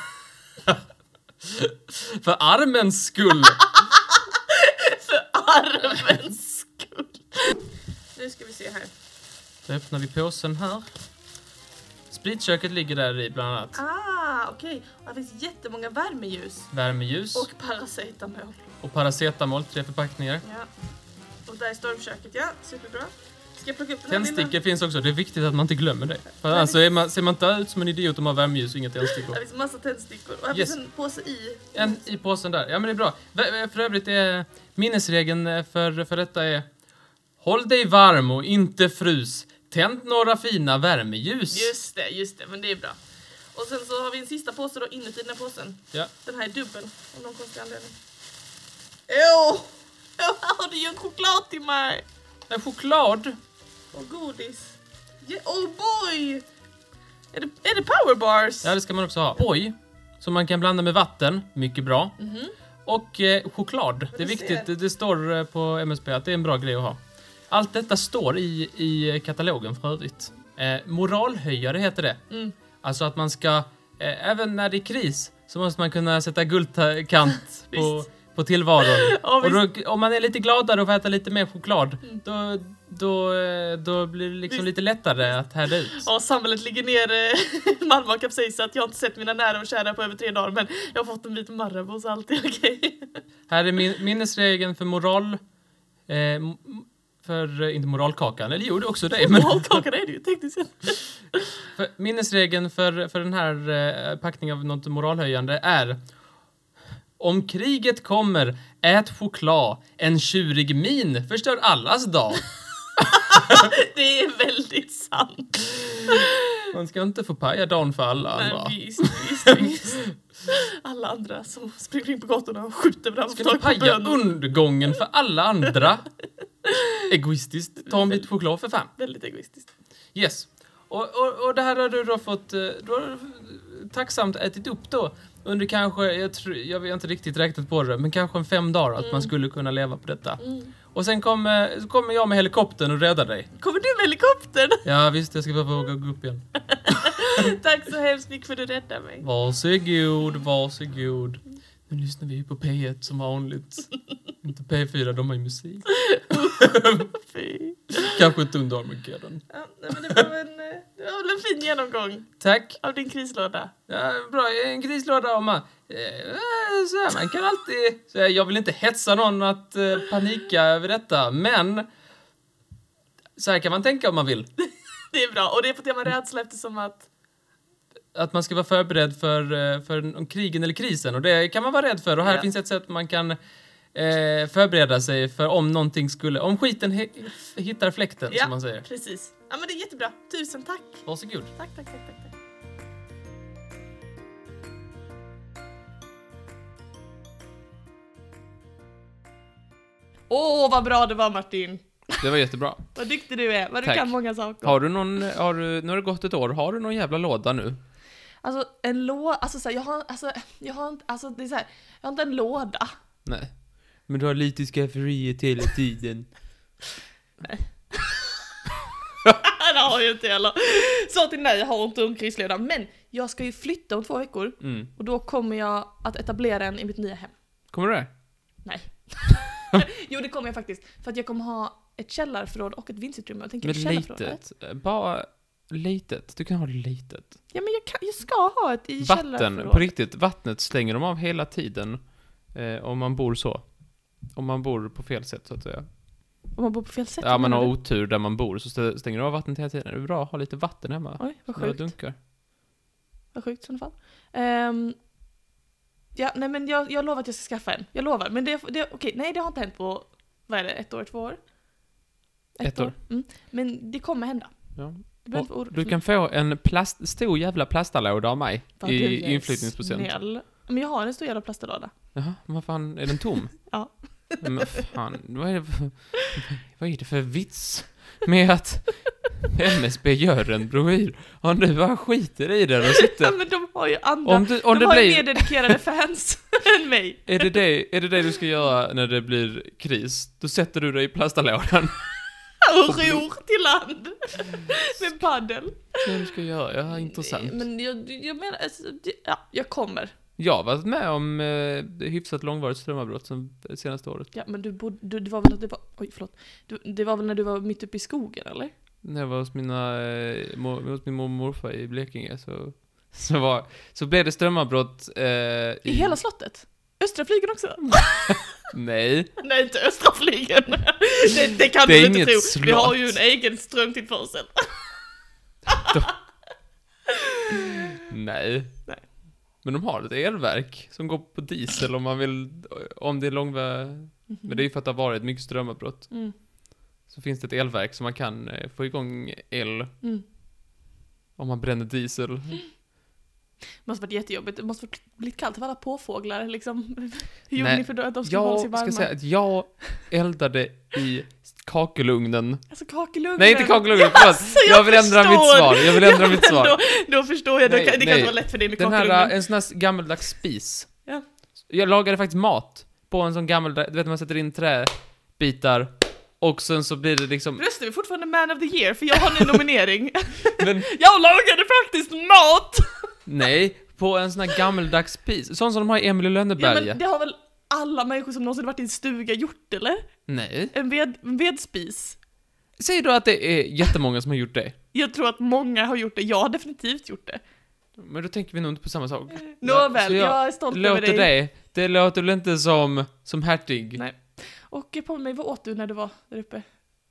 För armens skull. För armens skull. Nu ska vi se här. Då öppnar vi påsen här. Spritköket ligger där i bland annat. Okej. Det finns jättemånga Värmeljus. och paracetamol. Och paracetamol, 3 förpackningar. Ja. Och där är stormköket, ja. Superbra. Ska jag plocka upp den här Tändstickor finns också, det är viktigt att man inte glömmer det. För annars ser man inte ut som en idiot om man har värmeljus och inga tändstickor. Det finns massa tändstickor. Och här finns en påse i. En i påsen där. Ja, men det är bra. För övrigt är minnesregeln för detta är: håll dig varm och inte frus. Tänd några fina värmeljus. Just det, men det är bra. Och sen så har vi en sista påse då inuti den här påsen. Ja. Den här är dubbel, av någon konstig anledning. Åh! Har du gjort choklad till mig? En choklad. Och godis. Oh boy! Är det power bars? Ja, det ska man också ha. Oj, som man kan blanda med vatten. Mycket bra. Och choklad. Det är viktigt. Det står på MSB att det är en bra grej att ha. Allt detta står i katalogen för övrigt. Moralhöjare heter det. Alltså att man ska, även när det är kris, så måste man kunna sätta guldkant på tillvaron. Och då, om man är lite gladare och får äta lite mer choklad, då blir det liksom lite lättare att härda ut. Ja, samhället ligger ner Malmö och kapsejs att jag har inte sett mina nära och kära på över 3 dagar, men jag har fått en bit Marabou, så allt är okej. Här är minnesregeln för moral... inte moralkakan, eller jo, det är också det. Moralkakan är det ju, tekniskt sett. Minnesregeln för den här packningen av något moralhöjande är: om kriget kommer, ät choklad. En tjurig min förstör allas dag. Det är väldigt sant. Man ska inte få paja dagen för alla andra. Nej, visst. Alla andra som springer in på gatorna och skjuter varandra. Ska inte paja undergången för alla andra. Egoistiskt. Ta en bit choklad för fan. Väldigt egoistiskt. Yes. Och det här har du då fått... Du har tacksamt ätit upp då. Under kanske... Jag har inte riktigt räknat på det. Men kanske 5 dagar att man skulle kunna leva på detta. Och sen kommer jag med helikoptern och räddar dig. Kommer du med helikoptern? Ja visst, jag ska bara våga gå upp igen. Tack så hemskt mycket för att du räddade mig. Varsågod. Nu lyssnar vi på P1 som vanligt. Inte P4, de har ju musik. Kanske inte under Armageddon. Ja, men det var en fin genomgång. Tack. Av din krislåda. Ja, bra, en krislåda om man... Så man kan alltid... Så jag vill inte hetsa någon att panika över detta, men... Så här kan man tänka om man vill. Det är bra, och det är på tema rädsla eftersom att man ska vara förberedd för krigen eller krisen. Och det kan man vara rädd för. Och här finns ett sätt man kan förbereda sig för om någonting skulle... Om skiten hittar fläkten, som man säger. Ja, precis. Ja, men det är jättebra. Tusen tack. Varsågod. Tack. Åh, vad bra det var, Martin. Det var jättebra. Vad duktig du är. Vad du kan många saker. Har du nu har det gått ett år. Har du någon jävla låda nu? Alltså en låda, alltså så här, jag har inte en låda. Nej. Men du har lite skafferiet hela tiden. Nej. Det har jag inte heller. Så till nej, jag har inte en krislåda. Men jag ska ju flytta om 2 veckor. Och då kommer jag att etablera den i mitt nya hem. Kommer du det? Nej. Jo, det kommer jag faktiskt. För att jag kommer ha ett källarförråd och ett vindsutrymme. Jag tänker men litet. Bara litet. Du kan ha det litet. Ja, men jag ska ha ett i källarförråd. Vatten, på riktigt. Vattnet stänger de av hela tiden. Om man bor så. Om man bor på fel sätt, så att säga. Om man bor på fel sätt? Ja, man har otur där man bor, så stänger de av vattnet hela tiden. Det är bra att ha lite vatten hemma. Oj, vad sjukt. Dunkar. Vad sjukt i sådana fall. Ja, nej, men jag lovar att jag ska skaffa en. Jag lovar. Men okej, nej, det har inte hänt på, vad är det, 1 år, 2 år? Ett år. Men det kommer hända. Ja. Du kan få en stor jävla plastalåda av mig i inflyttningsprocent. Snäll. Men jag har en stor jävla plastalåda. Jaha, vad fan, är den tom? Ja. Men fan, vad är det för vits med att MSB gör en broschyr och du bara skiter i den och sitter... Ja, men de har ju andra, om de har ju mer dedikerade fans än mig. Är det du ska göra när det blir kris? Då sätter du dig i plastalådan. Och ror till land med paddel. Det du ska göra, ja, intressant. Men jag menar, alltså, jag kommer. Jag har varit med om hyfsat långvarigt strömavbrott som senaste året. Ja, men det var väl att det var... Oj, förlåt. Det var väl när du var mitt uppe i skogen, eller? när jag var hos hos min mormor och morfar i Blekinge så blev det strömavbrott I hela slottet? Östra flygen också? Nej. Nej, inte östra flygen. Det kan Det är du inte inget tro. slott. Vi har ju en egen strömtillförsel. Nej. Men de har ett elverk som går på diesel om det är men det är ju för att det har varit mycket strömavbrott. Så finns det ett elverk som man kan få igång el om man bränner diesel. Det måste varit jättejobbigt. Det måste varit blivit kallt för alla påfåglar liksom. Hur gjorde ni för att de skulle hålla sig varma? Jag ska säga att jag eldade i kakelugnen. Alltså kakelugnen. Nej, inte kakelugnen. Jag vill ändra mitt svar. Då förstår jag. Det kan vara lätt för dig med kakelugnen. En sån här gammaldags spis. Ja. Jag lagade faktiskt mat på en sån gammaldags, du vet man sätter in träbitar och sen så blir det liksom... Röstar vi fortfarande Man of the Year för jag har en nominering. Men... Jag lagade faktiskt mat! Nej, på en sån här gammaldags spis. Sån som de har i Emil i Lönneberga. Ja, men det har väl alla människor som någonsin varit i en stuga gjort, eller? Nej. En vedspis. Säger du att det är jättemånga som har gjort det? Jag tror att många har gjort det. Jag har definitivt gjort det. Men då tänker vi nog inte på samma sak. Nåväl, jag är stolt över dig. Det låter väl inte som hertig? Nej. Och på mig, vad åt du när du var där uppe?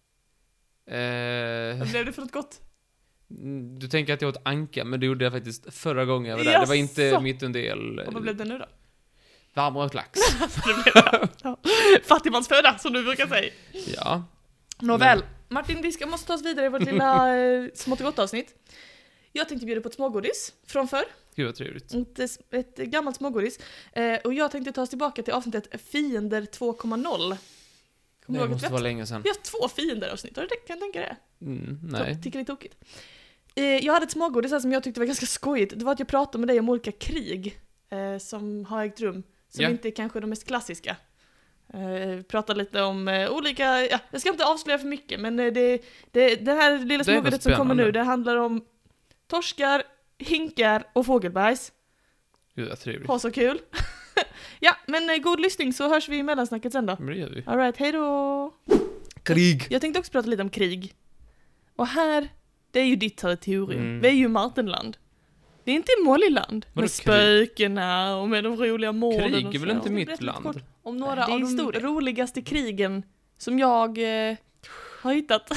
Vad blev det för något gott? Du tänker att jag åt anka, men det gjorde jag faktiskt förra gången jag var där. Jaså? Det var inte mitt under el. Och vad blev det nu då? Varmrökt lax. Fattigmansföda, som du brukar säga. Ja. Nåväl. Martin, vi måste ta oss vidare i vårt lilla smått och gott avsnitt. Jag tänkte bjuda på ett smågodis från förr. Gud vad trevligt. Ett gammalt smågodis. Och jag tänkte ta oss tillbaka till avsnittet Fiender 2.0. Det måste vara länge sedan. Vi har 2 fiender-avsnitt, kan jag tänka det? Nej. Så, tycker det är tokigt. Jag hade ett smågodis här som jag tyckte var ganska skojigt. Det var att jag pratade med dig om olika krig som har ägt rum. Som inte är kanske de mest klassiska. Pratade lite om olika... Ja, jag ska inte avslöja för mycket, men det här lilla smågodiset som kommer nu, det handlar om torskar, hinkar och fågelbajs. Gud vad trevligt. Ha så kul. Ja, men god lyssning så hörs vi i mellansnacket sen då. Men det gör vi. All right, hej då. Krig. Jag tänkte också prata lite om krig. Och här, det är ju ditt territorium. Vi är ju Martenland. Det är inte i Måliland. Med spökena och med de roliga morden. Krig är väl inte mitt land? Om några av de roligaste krigen som jag har hittat.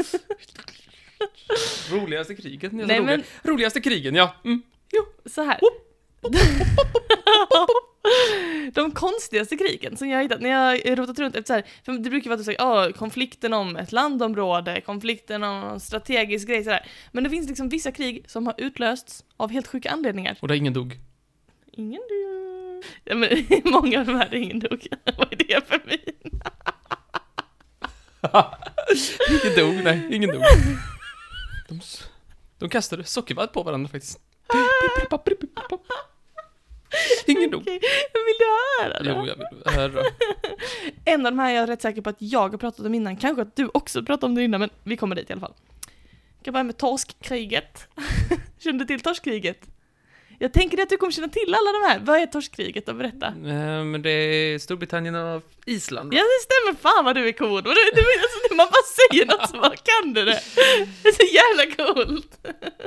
Roligaste kriget? Nej, men... Roligaste krigen, ja. Jo, så här. De konstigaste krigen som jag har hittat när jag rotat runt efter så här, för det brukar vara att säga konflikten om ett landområde, konflikten om en strategisk grej så där. Men det finns liksom vissa krig som har utlösts av helt sjuka anledningar. Och där ingen dog. Ingen dog. Ja, men många av de här ingen dog. Vad är det för mig? Ingen dog. De kastade sockervadd på varandra faktiskt. Ingen dog. Okay. Vill du höra då? Jo, jag vill höra. En av de här är jag rätt säker på att jag har pratat om innan. Kanske att du också pratat om det innan, men vi kommer dit i alla fall. Jag kan börja med torskkriget. Känner du till torskkriget? Jag tänker att du kommer känna till alla de här. Vad är torskkriget? Och berätta. Men det är Storbritannien och Island. Ja, det stämmer. Fan vad du är cool. Alltså, man bara säger något så bara kan du det. Det är så jävla coolt.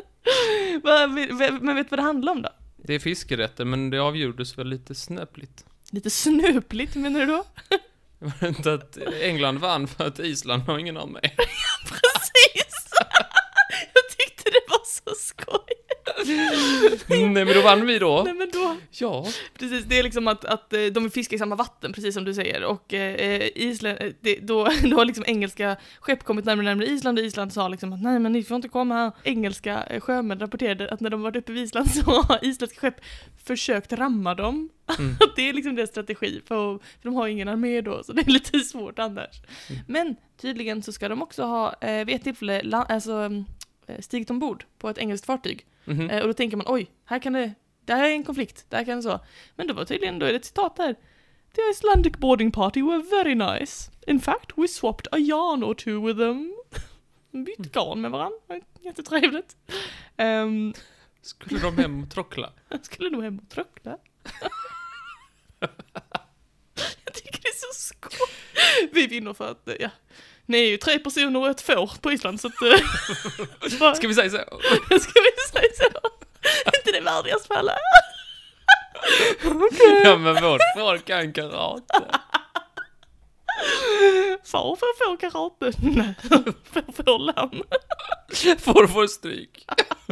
Men vet du vad det handlar om då? Det är fiskerätter, men det avgjordes väl lite snöpligt. Lite snöpligt menar du då? Det var inte att England vann för att Island har ingen armé. Precis! Jag tyckte det var så skoj. Nej, men då vann vi då. Nej, men då. Ja. Precis, det är liksom att de vill fiska i samma vatten, precis som du säger. Och Island, då har liksom engelska skepp kommit närmare Island. Och Island sa liksom att nej, men ni får inte komma här. Engelska sjömän rapporterade att när de varit uppe vid Island så har isländska skepp försökt ramma dem. Det är liksom deras strategi, för de har ingen armé då, så det är lite svårt annars. Men tydligen så ska de också ha vid ett tillfälle stigit ombord på ett engelskt fartyg. Och då tänker man, oj, det här är en konflikt, det här kan så. Men då är det ett citat här. The Icelandic boarding party were very nice. In fact, we swapped a yarn or two with them. Bytt garn med varandra, jättetrevligt. Skulle de hem och trockla? Skulle de hem och trockla? Jag tycker det är så skoj. Vi vinner för att, Ni är ju 3 personer och ett får på Island, så att... Ska vi säga så? Ska vi säga så? Inte det värdigaste fall. Okay. Ja, men vårt får kan karate. Far får karate. Nej, får lamm. Får stryk.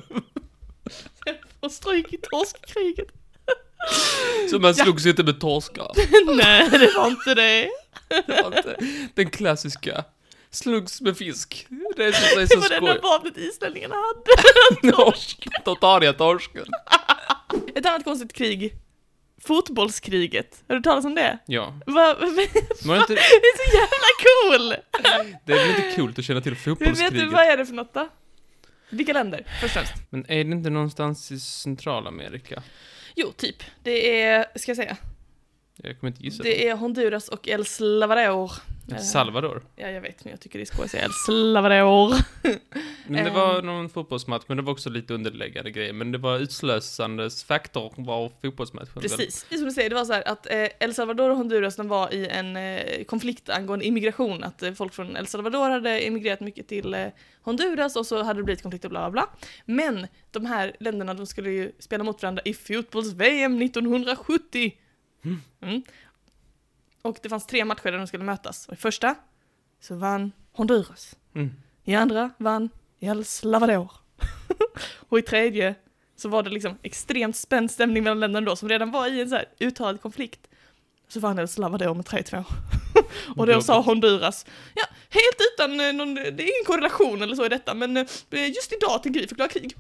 Får stryk i torskkriget. Så man slogs inte med torskar. Nej, det var inte det. Det var inte den klassiska. Slugs med fisk. Det är så var skoj. det enda vapnet islänningarna hade. Torsk. Då tar jag torsken. Ett annat konstigt krig. Fotbollskriget. Har du talat om det? Ja. Det är så jävla cool! Det är väl inte coolt att känna till fotbollskriget. Vet du, vad är det för något då? Vilka länder, först och främst? Men är det inte någonstans i Centralamerika? Jo, typ. Det är, ska jag säga? Jag kommer inte gissa. Det är Honduras och El Salvador. Salvador? Ja, jag vet, men jag tycker det är skoj att säga El Salvador. Men det var någon fotbollsmatch, men det var också lite underläggande grejer. Men det var utslösandes faktor var fotbollsmatchen. Precis, det är som du säger, det var så här att El Salvador och Honduras, de var i en konflikt angående immigration. Att folk från El Salvador hade emigrerat mycket till Honduras och så hade det blivit konflikt och bla bla bla. Men de här länderna, de skulle ju spela mot varandra i fotbolls-VM 1970. Mm. Och det fanns 3 matcher där de skulle mötas. Och i första så vann Honduras. I andra vann El Salvador. Och i tredje så var det liksom extremt spänd stämning mellan länderna då, som redan var i en så här uttalad konflikt. Så vann El Salvador med 3-2. Och då sa Honduras, ja, helt utan någon, det är ingen korrelation eller så i detta, men just idag tänker vi förklara krig.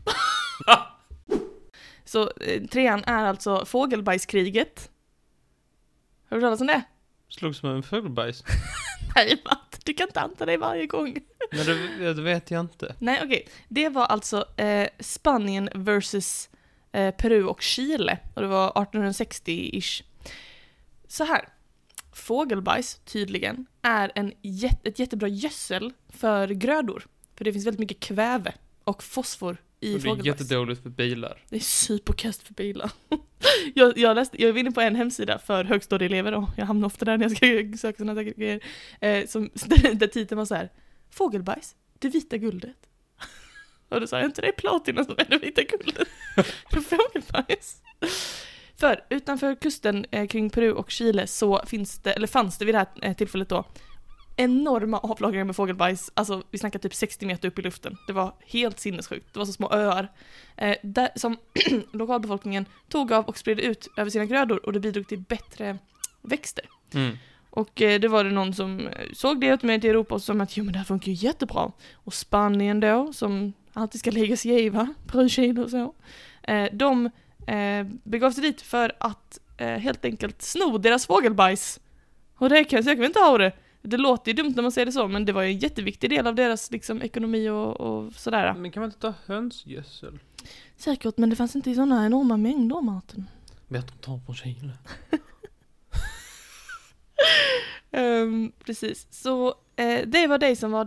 Så 3:an är alltså fågelbajskriget. Har du talat om det? Slogs med en fågelbajs. Nej, Matt, du kan inte anta det varje gång. Men det vet jag inte. Nej, okej. Det var alltså Spanien versus Peru och Chile. Och det var 1860-ish. Så här. Fågelbajs, tydligen, är ett jättebra gödsel för grödor. För det finns väldigt mycket kväve och fosfor i fågelbajs. Det är jättedåligt för bilar. Det är superkast för bilar. Jag var inne på en hemsida för högstadieelever då. Jag hamnar ofta där när jag ska söka sådana här grejer. Där titeln var så här: fågelbajs, det vita guldet. Och då sa jag inte, det är platina som är det vita guldet. Fågelbajs. För utanför kusten kring Peru och Chile så fanns det vid det här tillfället då enorma avlagringar med fågelbajs. Alltså vi snackar typ 60 meter upp i luften. Det var helt sinnessjukt. Det var så små öar som lokalbefolkningen tog av och spred ut över sina grödor, och det bidrog till bättre växter. Och det var det någon som såg det ut med i Europa och som att jo, men det här funkar ju jättebra. Och Spanien då, som alltid ska läggas giva, Peru, Chile och så, de begav sig dit för att helt enkelt sno deras fågelbajs. Och det kan jag inte ha det. Det låter ju dumt när man säger det så, men det var ju en jätteviktig del av deras liksom, ekonomi och sådär. Men kan man inte ta hönsgödsel? Säkert, men det fanns inte i sådana enorma mängder, Martin. Men jag tar på Chile. Precis. Så det var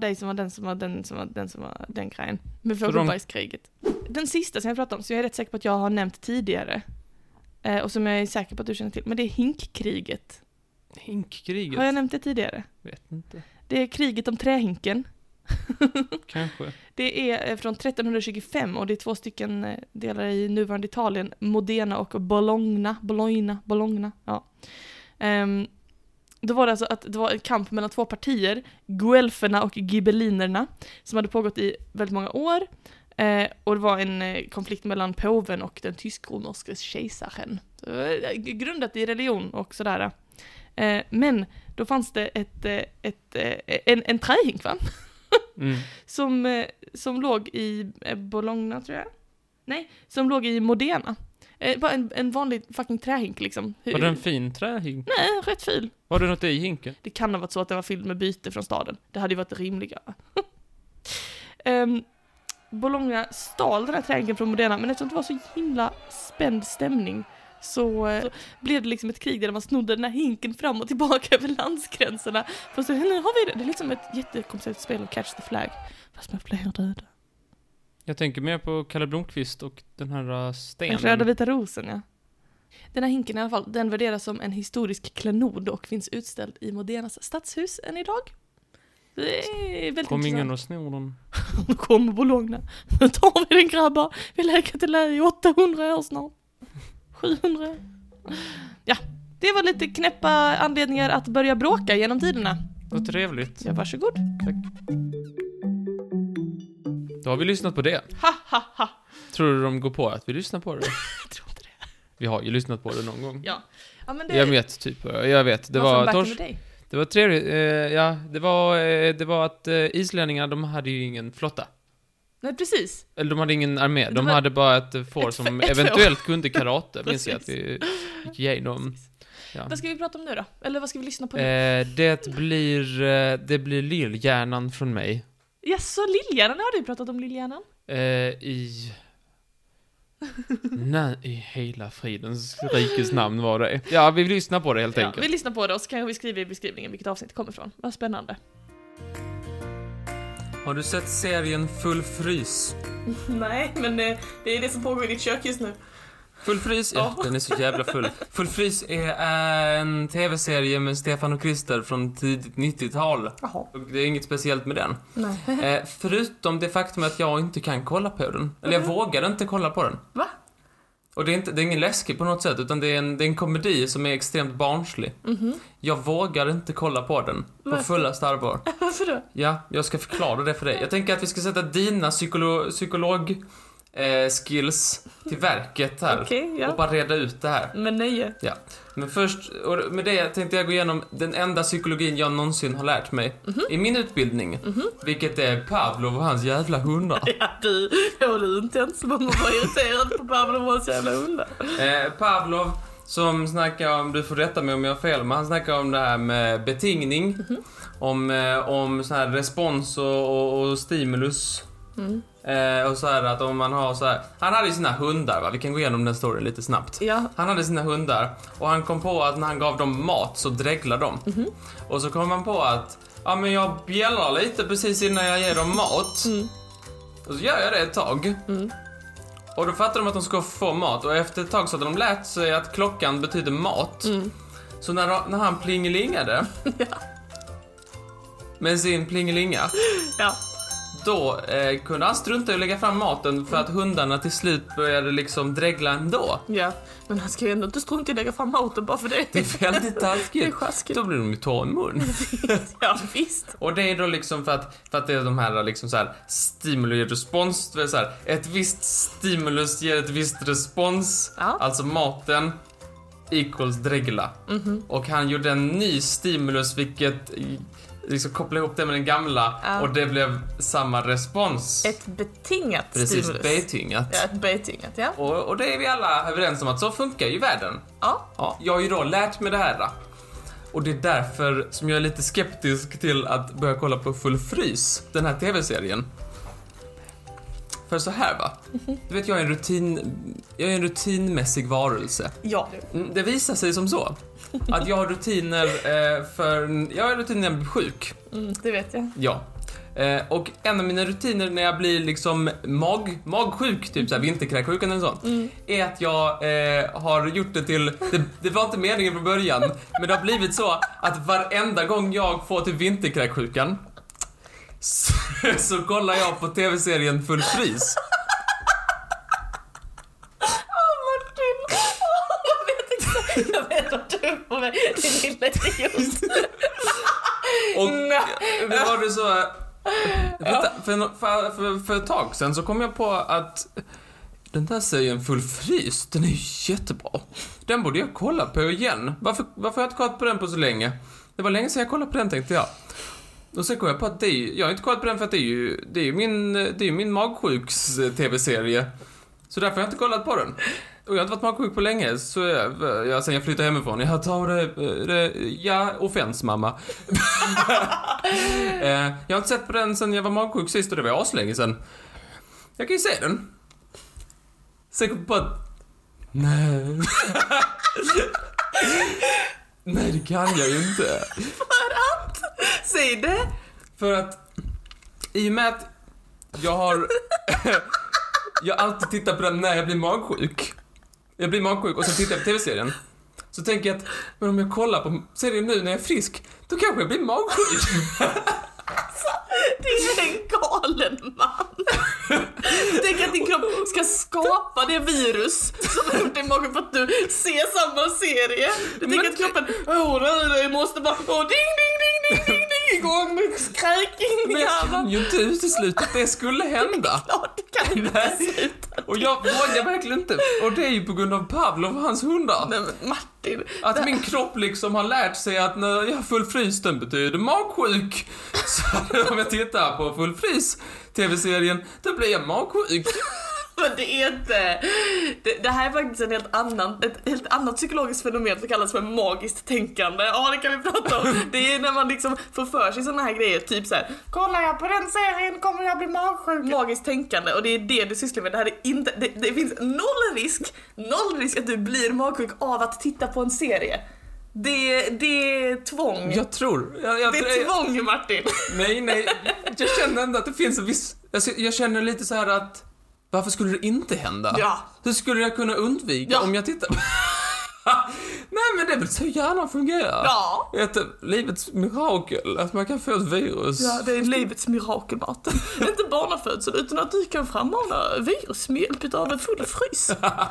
den grejen med fågelbajskriget. Den sista som jag pratade om, som jag är rätt säker på att jag har nämnt tidigare, och som jag är säker på att du känner till, men det är hinkkriget. Hinkkriget? Har jag nämnt det tidigare? Vet inte. Det är kriget om trähinken. Kanske. Det är från 1325 och det är 2 stycken delar i nuvarande Italien, Modena och Bologna. Ja. Då var det alltså att det var en kamp mellan 2 partier, guelferna och gibellinerna, som hade pågått i väldigt många år. Och det var en konflikt mellan påven och den tysk-romerske kejsaren. Grundat i religion och sådär. Men då fanns det en trähink, va? Som låg i Bologna, tror jag. Nej, som låg i Modena. Bara en vanlig fucking trähink liksom. Var det en fin trähink? Nej, rätt ful. Var det något i hinken? Det kan ha varit så att det var fylld med byte från staden. Det hade ju varit rimligare. Bologna stal den här trähinken från Modena, men eftersom det var så himla spänd stämning så blev det liksom ett krig där man snodde den här hinken fram och tillbaka över landsgränserna. För så, nu har vi det. Det är liksom ett jättekomplicerat spel av Catch the Flag. Fast med fler döda. Jag tänker mer på Kalle Blomqvist och den här stenen. Den röda vita rosen, ja. Den här hinken i alla fall, den värderas som en historisk klenod och finns utställd i Modenas stadshus än idag. Det är väldigt Kom ingen intressant. och snor den. Nu kommer Bologna. Nu tar vi den, grabbar. Vi läker till i 800 år snart. 700 år. Ja, det var lite knäppa anledningar att börja bråka genom tiderna. Vad trevligt. Ja, varsågod. Då har vi lyssnat på det. Ha, ha, ha. Tror du de går på att vi lyssnar på det? Jag tror inte det. Vi har ju lyssnat på det någon gång. Ja. Ja, men det Jag vet typ. Jag vet. Det var var från back in the day. Det var trevligt. Ja, det var att islänningarna, de hade ju ingen flotta. Nej, precis. Eller de hade ingen armé. Det De var hade bara ett får som ett eventuellt kunde karate. Minns Precis. jag att vi gick igenom. Ja. Vad ska vi prata om nu då? Eller vad ska vi lyssna på nu? Det blir lillhjärnan från mig. Jaså, Lillhjärnan, har du pratat om Lillhjärnan? Nej, i hela fridens rikes namn var det. Ja, vi lyssnar på det helt Ja, enkelt. vi lyssnar på det och så kanske vi skriver i beskrivningen vilket avsnitt det kommer ifrån. Vad spännande. Har du sett serien Full frys? Nej, men det är det som pågår i ditt kök just nu. Full frys? Ja, den är så jävla full. Full frys är en tv-serie med Stefan och Christer från tidigt 90-tal. Jaha. Och det är inget speciellt med den. Nej. Förutom det faktum att jag inte kan kolla på den. Eller jag vågar inte kolla på den. Va? Och det är ingen läskig på något sätt, utan det är en komedi som är extremt barnslig. Jag vågar inte kolla på den på Varför? fullaste allvar. Varför då? Ja, jag ska förklara det för dig. Jag tänker att vi ska sätta dina psykolog skills till verket här. Okej, ja. Och bara reda ut det här. Men nej. Ja. Men först, och med det tänkte jag gå igenom den enda psykologin jag någonsin har lärt mig i min utbildning. Vilket är Pavlov och hans jävla hundar. Ja, du är inte ens som man var irriterad på Pavlov och hans jävla hundar. Pavlov som snackar om, du får rätta mig om jag har fel, men han snackar om det här med betingning. Om så här respons och stimulus. Och så här att om man har så här, han hade ju sina hundar, va? Vi kan gå igenom den storyn lite snabbt. Ja. Han hade sina hundar och han kom på att när han gav dem mat så dreglade de. Och så kom han på att ja, men jag bjällar lite precis innan jag ger dem mat. Och så gör jag det ett tag. Och då fattade de att de ska få mat. Och efter ett tag så hade de lärt sig att klockan betyder mat. Så när han plingelingade med sin plingelinga, Ja. då kunde han strunta i att lägga fram maten för att hundarna till slut började liksom dregla ändå. Ja. Men han ska ju ändå inte strunta i att lägga fram maten bara för det. Det är väldigt taskigt. Det är sjaskigt. Då blir de ju torr i mun. Ja, visst. Och det är då liksom för att det är de här liksom så här stimuli och respons, det är så här, ett visst stimulus ger ett visst respons. Ja. Alltså maten equals dregla. Och han gjorde en ny stimulus vilket liksom kopplade ihop det med den gamla och det blev samma respons. Ett betingat Precis, stimulus. betingat. Ja, ett betingat, ja. Och det är vi alla överens om att så funkar ju världen. Ja. Jag har ju då lärt mig det här. Och det är därför som jag är lite skeptisk till att börja kolla på Full frys, den här tv-serien. För så här, va? Du vet, jag är en rutinmässig varelse. Ja. Det visar sig som så att jag har rutiner när jag blir sjuk. Det vet jag. Ja. Och en av mina rutiner när jag blir liksom magsjuk, typ såhär vinterkräksjukan eller sånt, är att jag har gjort det till, det var inte meningen från början, men det har blivit så att varenda gång jag får till vinterkräksjukan så kollar jag på tv-serien Full frys. Martin! Jag vet vad du får med din lilla idiot. Och det var det så för ett tag sedan så kom jag på att den där serien Full frys, den är ju jättebra. Den borde jag kolla på igen. Varför har jag inte kollat på den på så länge? Det var länge sedan jag kollade på den, tänkte jag. Och så kom jag på att jag har inte kollat på den för att det är ju min magsjuks tv-serie. Så därför har jag inte kollat på den. Och jag har inte varit magsjuk på länge, så sen jag flyttade hemifrån. Jag tar det offens, mamma. Jag har inte sett på den sen jag var magsjuk sist, och det var aslänge sen. Jag kan ju se den. Sen kom jag på att nej. Nej, det kan jag ju inte. För att? Säg det. För att i och med att jag alltid tittar på den när jag blir magsjuk. Jag blir magsjuk och så tittar jag på tv-serien. Så tänker jag att men om jag kollar på serien nu när jag är frisk, då kanske jag blir magsjuk. Det är en galen man. Tänk att din kropp ska skapa det virus som har gjort dig magen för att du ser samma serie. Du tänker att kroppen, det måste bara, ding, ding, ding, ding, ding, ding, igång med kräking. Men jag kan ju inte utesluta att det skulle hända. Klart du kan inte utesluta. Och jag vågar verkligen inte. Och det är ju på grund av Pavlov och hans hundar. Nej, men Martin. Att min kropp liksom har lärt sig att när jag har full frys, den betyder magsjuk. Så om jag tittar på full frys tv-serien, då blir jag magsjuk. Men det är inte... Det här är faktiskt ett helt annat psykologiskt fenomen som kallas för magiskt tänkande. Ja, det kan vi prata om. Det är när man liksom får för sig såna här grejer, typ så här: kollar jag på den serien kommer jag bli magsjuk. Magiskt tänkande, och det är det du sysslar med. Det här är inte... Det finns noll risk att du blir magsjuk av att titta på en serie. Det är tvång. Jag tror... Det är tvång, Martin. Nej. Jag känner ändå att det finns en viss... Jag känner lite så här att... Varför skulle det inte hända? Ja. Hur skulle jag kunna undvika om jag tittar... Nej, men det är väl så hjärnan fungerar. Ja. Livets mirakel, att man kan få ett virus. Ja, det är livets mirakel, Martin. Det är inte barnafödsel, utan att du kan frammana virus med hjälp av en full frys.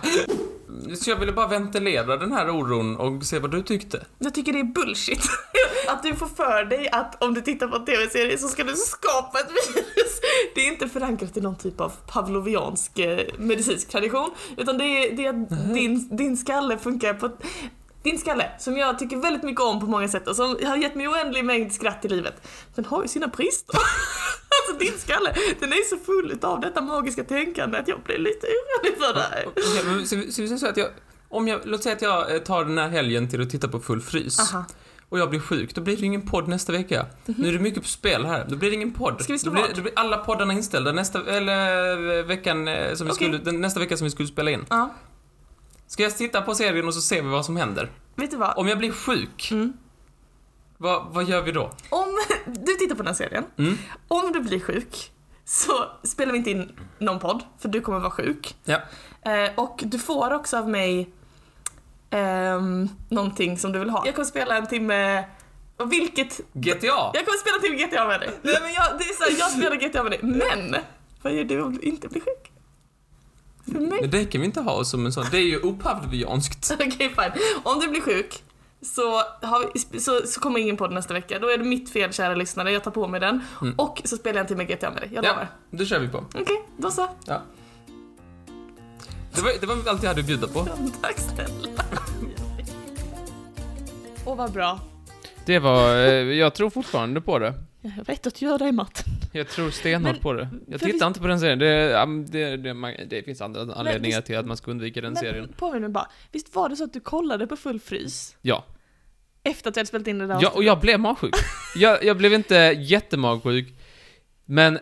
Så jag ville bara ventilera den här oron och se vad du tyckte. Jag tycker det är bullshit. Att du får för dig att om du tittar på en tv-serie så ska du skapa ett virus. Det är inte förankrat i någon typ av pavloviansk medicinsk tradition, utan det är att din skalle funkar på din skalle, som jag tycker väldigt mycket om på många sätt och som har gett mig oändlig mängd skratt i livet. Den har ju sina brister. Alltså din skalle, den är så full av detta magiska tänkande att jag blir lite orolig för det här. Okej, men så vi säger så att låt säga att jag tar den här helgen till att titta på full frys. Aha. Och jag blir sjuk, då blir det ingen podd nästa vecka. Nu är det mycket på spel här. Då blir det ingen podd. Då blir alla poddarna inställda nästa veckan som nästa vecka som vi skulle spela in. Ska jag titta på serien och så ser vi vad som händer? Vet du vad? Om jag blir sjuk, vad gör vi då? Om du tittar på den här serien, om du blir sjuk så spelar vi inte in någon podd, för du kommer vara sjuk. Ja. Och du får också av mig någonting som du vill ha. Jag kommer spela en timme... Vilket? GTA? Jag kommer spela en timme GTA med dig. Nej, men jag spelar GTA med dig. Men vad gör du om du inte blir sjuk? För mig? Men det kan vi inte ha som en sån. Det är ju opavlovianskt. Okej, fine. Om du blir sjuk så kommer ingen på den nästa vecka. Då är det mitt fel, kära lyssnare. Jag tar på mig den. Och så spelar jag en timme GTA med dig. Jag lovar. Ja, det kör vi på. Okej, då så. Ja. Det var allt jag hade att bjuda på. Tack snälla. Åh, vad bra. Det var... jag tror fortfarande på det. Jag vet att du gör det i matten. Jag tror stenhårt på det. Jag tittar inte på den serien. Det finns andra anledningar till att man ska undvika den serien. Påminn mig bara. Visst var det så att du kollade på full frys? Ja. Efter att jag hade spelat in det där. Ja, och jag blev magsjuk. jag blev inte jättemagsjuk. Men...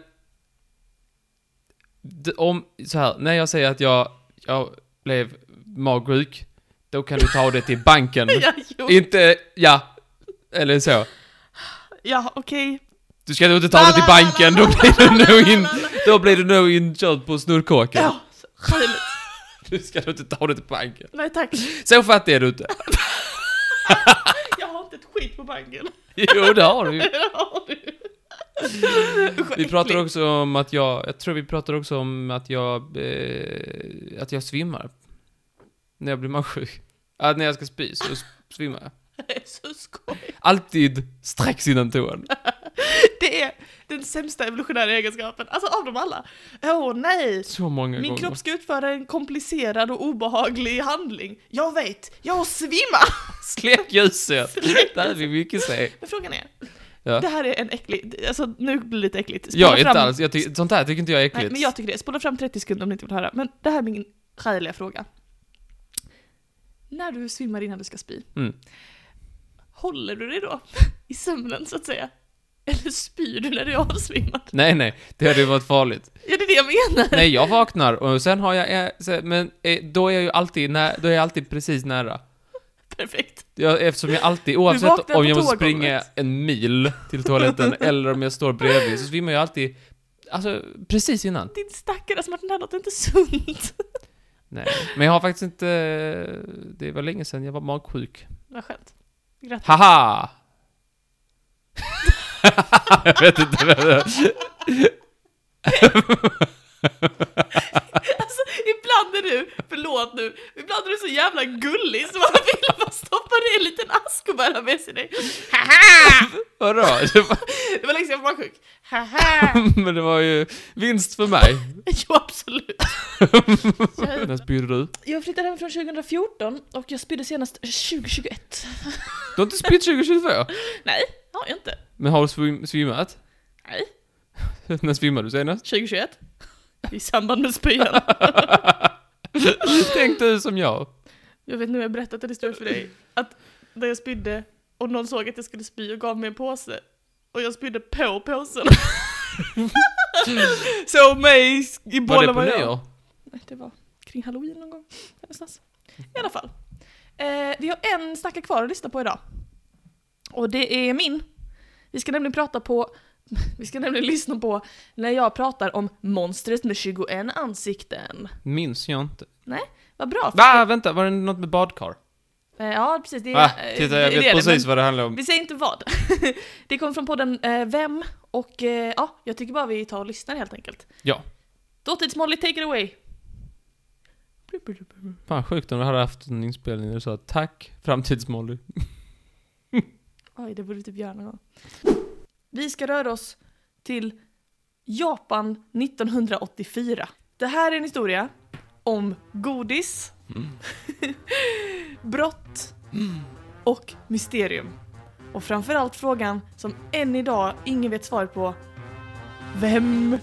Så här, när jag säger att jag blev magsjuk, då kan du ta det till banken. Inte... Ja. Eller så. Ja, okej. Du ska nog inte ta det till banken, då blir du nog inkörd på snurrkåken. Ja, skäligt. Du ska nog inte ta det till banken. Nej, tack. Så fattig är du inte. Jag har inte ett skit på banken. Jo, det har du ju. Det har du. Vi pratar också om att jag tror vi pratar också om att jag svimmar. När jag blir magsjuk. Att när jag ska spy så svimmar jag. Det är så skoj. Alltid strax innan toan. Det är den sämsta evolutionära egenskapen. Alltså av dem alla. Nej. Så många Min gånger. kropp ska utföra en komplicerad och obehaglig handling. Jag vet. Jag svimmar. Släck ljuset. Det här vill vi mycket säga. Men frågan är. Ja. Det här är en äcklig... Alltså nu blir det lite äckligt. Jag inte alls. Sånt här tycker inte jag är äckligt. Nej, men jag tycker det. Spola fram 30 sekunder om ni inte vill höra. Men det här är min skäliga fråga. När du svimmar innan du ska spy. Håller du dig då i sömnen så att säga? Eller spyr du när du är avsvimmad? Nej, det hade ju varit farligt. Ja, det är det jag menar. Nej, jag vaknar och sen har jag... Men då är jag ju alltid precis nära. Perfekt. Eftersom jag alltid, oavsett om jag måste springa en mil till toaletten eller om jag står bredvid, så svimmar jag alltid, alltså, precis innan. Din stackare, Martin, det här låter inte sunt. Nej, men jag har faktiskt inte... Det var länge sedan jag var magsjuk. Vad skönt. Grattis. Haha! Jag vet inte vad det är. Alltså, ibland är du, förlåt nu, ibland är du så jävla gullig så man vill bara stoppa ner en liten ask och bära med sig dig. Haha! Vadå? Det var liksom bara sjuk. Haha! Men det var ju vinst för mig. Jo, absolut. När spydde du? Jag flyttade hem från 2014 och jag spydde senast 2021. Du har inte spytt 2022? Nej, har jag inte. Men har du svimmat? Nej, När svimmade du senast? 2021. I samband med spyan. Tänk du som jag. Jag vet nu, jag har berättat en historia för dig. Att när jag spydde och någon såg att jag skulle spy och gav mig en påse. Och jag spydde på påsen. Så mig i bollen var det på jag. nyår? Nej, det var kring Halloween någon gång. I alla fall. Vi har en stackare kvar att lyssna på idag. Och det är min. Vi ska nämligen lyssna på när jag pratar om monstret med 21 ansikten. Minns jag inte. Nej, vad bra. Vänta, var det något med badkar? Ja, precis. Det är, titta, jag vet precis vad det handlar om. Vi säger inte vad. Det kommer från podden Vem. Och ja, jag tycker bara vi tar och lyssnar helt enkelt. Ja. Dåtidsmolly, take it away. Fan, sjukt om vi hade haft en inspelning där du sa tack, framtidsmolly. Oj, det borde vi typ göra någon gång. Vi ska röra oss till Japan 1984. Det här är en historia om godis, brott och mysterium. Och framförallt frågan som än idag ingen vet svar på. Vem?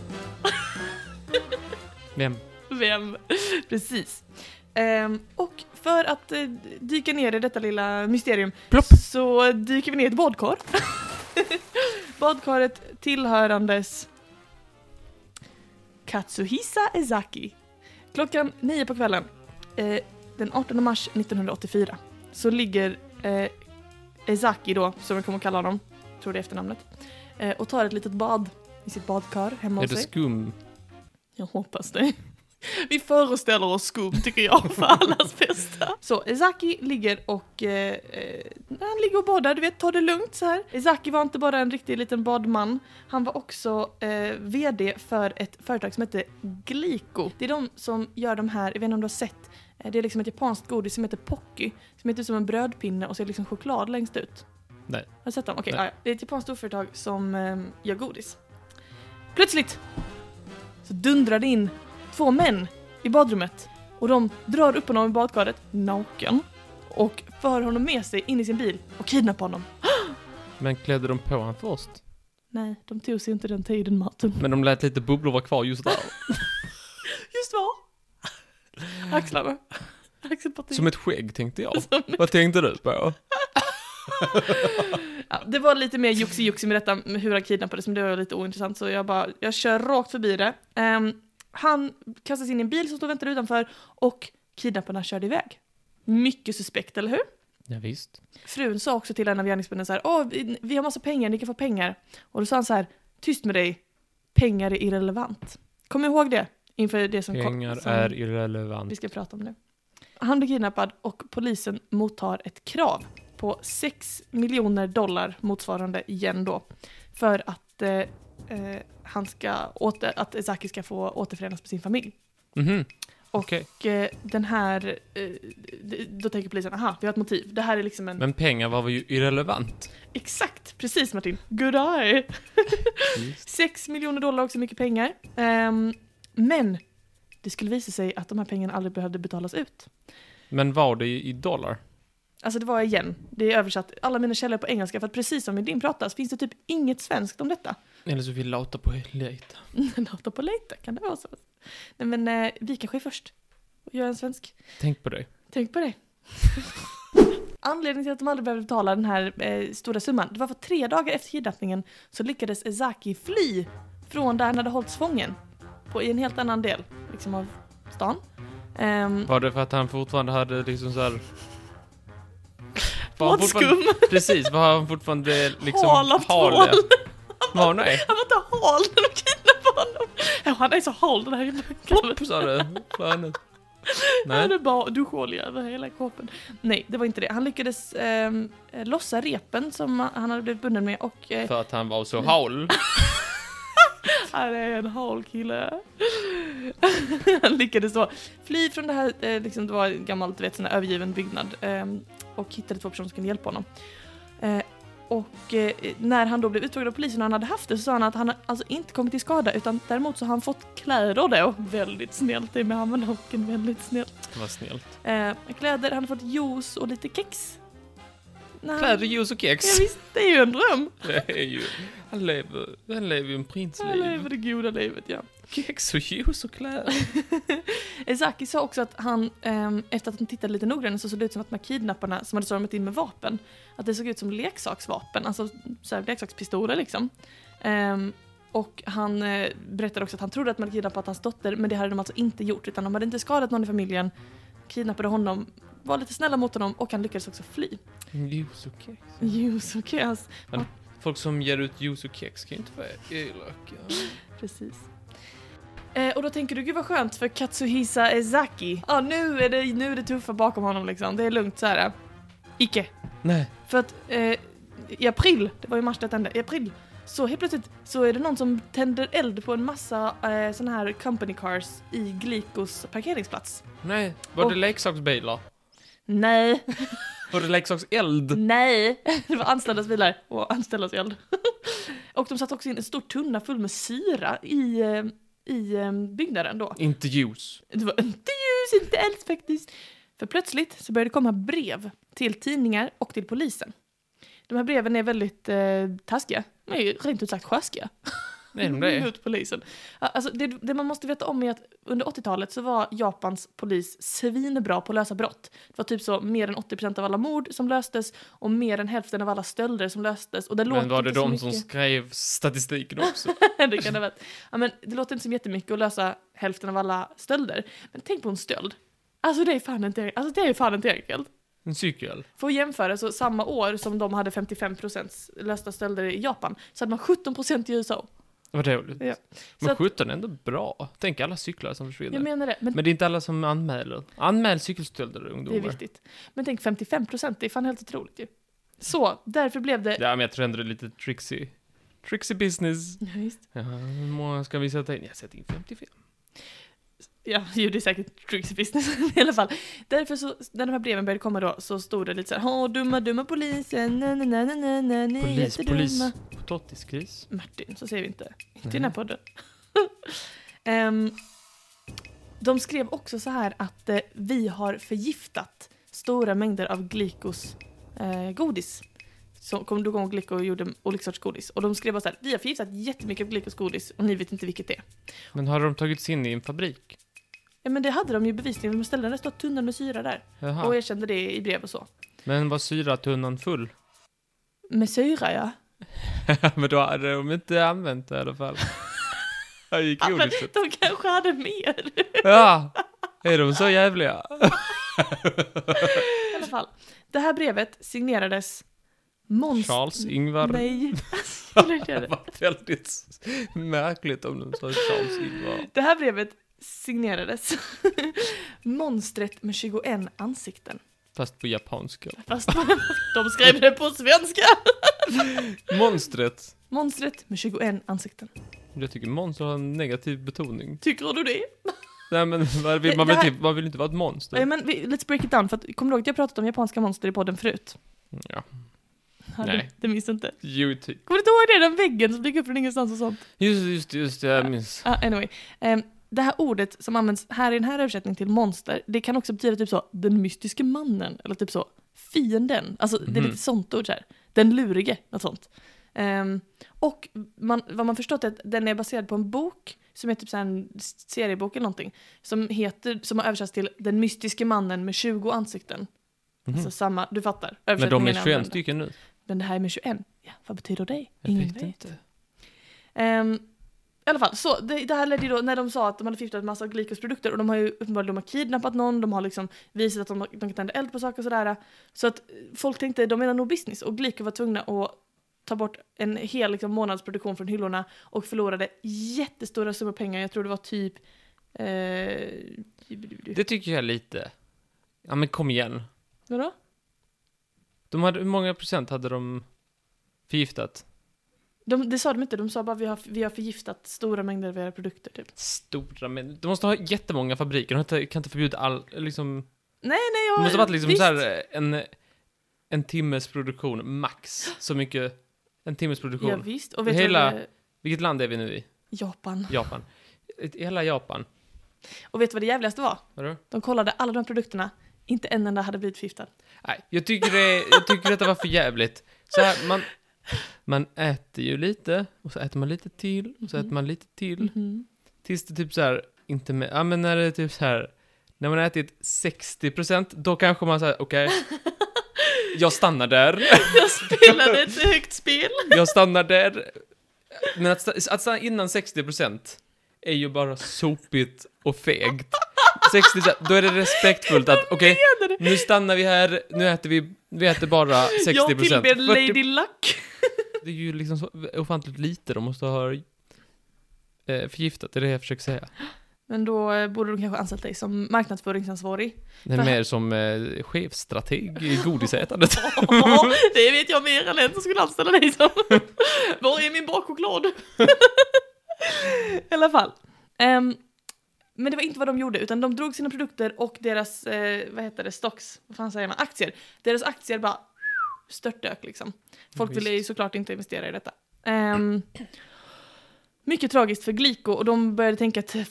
Vem? Precis. Och för att dyka ner i detta lilla mysterium så dyker vi ner i ett badkar. Badkaret tillhörandes Katsuhisa Ezaki. Klockan 9 på kvällen den 18 mars 1984 så ligger Ezaki då, som jag kommer att kalla honom, tror det är efternamnet, och tar ett litet bad i sitt badkar hemma hos sig. Är det skum? Jag hoppas det. Vi föreställer oss skum, tycker jag, för allas bästa. Så Ezaki ligger och han ligger och badar, du vet, ta det lugnt så här. Ezaki var inte bara en riktig liten badman. Han var också vd för ett företag som heter Glico. Det är de som gör de här, jag vet inte om du har sett, det är liksom ett japanskt godis som heter Pocky, som heter som en brödpinne och så är liksom choklad längst ut. Nej. Har du sett dem? Okej, ja. Det är ett japanskt storföretag som gör godis. Plötsligt så dundrar det in 2 män i badrummet och de drar upp honom i badkaret naken och för honom med sig in i sin bil och kidnappar honom. Men klädde de på han först? Nej, de tog sig inte den tiden, Martin. Men de lät lite bubblor vara kvar just där. Just vad? Axlarna. Som ett skägg tänkte jag. Vad tänkte du på? Ja, det var lite mer juxi med detta med hur han kidnappades, men det var lite ointressant så jag kör rakt förbi det. Han kastas in i en bil som står och väntar utanför och kidnapparna körde iväg. Mycket suspekt, eller hur? Ja, visst. Frun sa också till en av gärningsmännen så här: vi har massa pengar, ni kan få pengar. Och då sa han så här: tyst med dig, pengar är irrelevant. Kom ihåg det inför det som pengar är irrelevant. Vi ska prata om det. Han blir kidnappad och polisen mottar ett krav på $6 miljoner motsvarande igen då för att att Ezaki ska få återförenas med sin familj. Mhm. Och den här då tänker polisen, aha, vi har ett motiv. Det här är liksom en... Men pengar var ju irrelevant. Exakt, precis Martin. Good eye. $6 miljoner också mycket pengar. Men det skulle visa sig att de här pengarna aldrig behövde betalas ut. Men var det i dollar? Alltså det var igen, det är översatt alla mina källor på engelska för att precis som i din pratas finns det typ inget svenskt om detta. Eller så vill låta på lite. Låta på lite, kan det vara så? Nej men vi kanske är först. Jag är en svensk. Tänk på det. Tänk på det. Anledningen till att de aldrig behövde betala den här stora summan, det var för 3 dagar efter kidnappningen så lyckades Ezaki fly från där han hade hållits fången i en helt annan del liksom av stan. Var det för att han fortfarande hade liksom så här... Båtskum. Precis, var han fortfarande liksom hal. Han var inte hal när de kidnappade honom. Ja, han är så hal den här. Plopp, sa det. Nej. hade bara duscholja över hela kroppen. Nej, det var inte det. Han lyckades lossa repen som han hade blivit bunden med och... För att han var så hål. Han är en hål kille. Han lyckades då fly från det här, liksom det var en gammal, du vet, sån här övergiven byggnad. Och hittade 2 personer som kunde hjälpa honom. När han då blev uttagad av polisen och han hade haft det, så sa han att han alltså inte kommit till skada, utan däremot så har han fått kläder då. Väldigt snällt, det är med hamnlocken, väldigt snällt. Vad snällt. Kläder, han har fått juice och lite kex. Kläder, juice och kex. Ja visst, det är ju en dröm. Det är ju... Han lever ju en prinsliv. Han lever det goda livet, ja. Kex och juice och kläder. Ezaki sa också att han, efter att han tittade lite noggrannare, så såg det ut som att de här kidnapparna som hade stormat in med vapen, att det såg ut som leksaksvapen, alltså så här, leksakspistoler liksom. Och han berättade också att han trodde att de hade kidnappat hans dotter, men det hade de alltså inte gjort, utan de hade inte skadat någon i familjen, kidnappade honom, var lite snälla mot honom, och han lyckades också fly. Juice och kex. Juice och kex. Men folk som ger ut juice och kex kan ju inte vara elaka. Precis. Och då tänker du, gud vad skönt för Katsuhisa Ezaki. Ja, nu är det tuffa bakom honom liksom. Det är lugnt så här. Icke. Nej. För att i april, det var ju mars det hände, i april, så helt plötsligt så är det någon som tänder eld på en massa såna här company cars i Glikos parkeringsplats. Nej, var det leksaksbilar? Nej. Var det leksakseld? Nej, det var anställdas bilar och anställdas eld. Och de satt också in en stor tunna full med syra i byggnaden då. Inte ljus. Det var inte ljus, inte alls faktiskt. För plötsligt så började det komma brev till tidningar och till polisen. De här breven är väldigt taskiga. De är ju rent ut sagt sjaskiga. Nej, de det. Mot polisen. Alltså, det man måste veta om är att under 80-talet så var Japans polis svinbra på att lösa brott. Det var typ så mer än 80% av alla mord som löstes och mer än hälften av alla stölder som löstes. Och det men var det de som skrev statistiken också? Det kan det vara. Ja, men det låter inte så jättemycket att lösa hälften av alla stölder. Men tänk på en stöld. Alltså det är fan inte enkelt. En cykel. För att jämföra, så samma år som de hade 55% lösta stölder i Japan, så hade man 17% i USA. Vad dåligt. Ja. Men 17 är ändå bra. Tänk alla cyklar som försvinner. Jag menar det. Men det är inte alla som anmäler. Anmäl cykelstölder, ungdomar. det är viktigt. Men tänk 55%, det är fan helt otroligt ju. Så, därför blev det... Ja, men jag tror ändå det är lite tricksy business. Ja, visst. Ja, hur många ska vi sätta in? Jag sätter in 55. Ja, det är säkert tricksy business i alla fall. Därför så, när de här breven började komma då, så stod det lite så här: dumma polisen, Polis. Potatisgris. Martin, så säger vi inte. Inte i den här podden. De skrev också så här att vi har förgiftat stora mängder av Glikos godis. Så kom du igång Glico och gjorde olika sorts godis. Och de skrev bara så här: vi har förgiftat jättemycket av Glicos godis och ni vet inte vilket det är. Men har de tagit sig in i en fabrik? Ja, men det hade de ju bevisligen. De ställde nästan tunnan med syra där. Jaha. Och jag kände det i brev och så. Men var syratunnan full? Med syra, ja. Men då hade de inte använt det i alla fall. Jag gick Ja, men godiset. de kanske hade mer. Ja, är de så jävliga? I alla fall. Det här brevet signerades Charles Ingvar. Nej. Det var väldigt märkligt om de sa Charles Ingvar. Det här brevet signerades Monstret med 21 ansikten. Fast på japanska. Fast de skrev det på svenska. Monstret med 21 ansikten. Jag tycker monster har en negativ betoning. Tycker du det? Nej, men man vill inte vara ett monster. Nej, men let's break it down. För att, kommer du ihåg att jag pratat om japanska monster i podden förut? Ja. Nej. Det minns inte. Jo, typ. Kommer du inte ihåg det? Den väggen som dyker upp från ingenstans och sånt. Just det, jag minns. Anyway. Det här ordet som används här i den här översättningen till monster, det kan också betyda typ så, den mystiska mannen, eller typ så, fienden. Alltså det är lite sånt ord så här. Den lurige, något sånt. Och vad man förstått är att den är baserad på en bok som är typ så här en seriebok eller någonting, som har översatts till Den mystiska mannen med 20 ansikten. Alltså samma, du fattar. Men de är 21 stycken nu. Men det här är med 21. Ja, vad betyder det? Ingen vet inte. I alla fall, så det här ledde ju då, när de sa att de hade förgiftat en massa Glikos produkter, och de har ju uppenbarligen kidnappat någon, de har liksom visat att de kan tända eld på saker och sådär. Så att folk tänkte, de menar nog business, och Glico var tvungna att ta bort en hel liksom, månadsproduktion från hyllorna och förlorade jättestora summor pengar. Jag tror det var typ Det tycker jag är lite... Ja, men kom igen. Vadå? Hur många procent hade de förgiftat? Det sa de inte, de sa bara vi har förgiftat stora mängder av era produkter typ. Stora mängder? De måste ha jättemånga fabriker, de kan inte förbjuda all, liksom... Nej, Det måste ha varit liksom visst. så här en timmes produktion, max. Så mycket, en timmes produktion. Ja, visst. Och vet du Hela- vad det... Vilket land är vi nu i? Japan. Japan. Hela Japan. Och vet du vad det jävligaste var? Vadå? De kollade alla de produkterna, inte en enda hade blivit förgiftad. Nej, jag tycker detta var för jävligt. Så här, man äter ju lite, och så äter man lite till, och så äter man lite till. Mhm. Tills det typ så här, inte med, ja men när det är typ så här, när man har ätit 60%, då kanske man säger okej, jag stannar där. Jag spelade ett högt spel. Jag stannar där. Men att stanna innan 60% är ju bara sopigt och fegt. 60%, då är det respektfullt att okej, nu stannar vi här, nu äter vi äter bara 60%. Jag tillber 40%. Lady Luck. Det är ju liksom så ofantligt lite de måste ha förgiftat, det är det jag försöker säga. Men då borde de kanske anställt dig som marknadsföringsansvarig. Det är mer som chefstrateg i godisätandet. Det vet jag mer än en som skulle anställa dig som. Var är min bakchoklad? I alla fall. Men det var inte vad de gjorde, utan de drog sina produkter och deras, stocks, vad fan säger man, aktier. Deras aktier bara störtdök liksom. Folk ville ju såklart inte investera i detta. Mycket tragiskt för Glico, och de började tänka att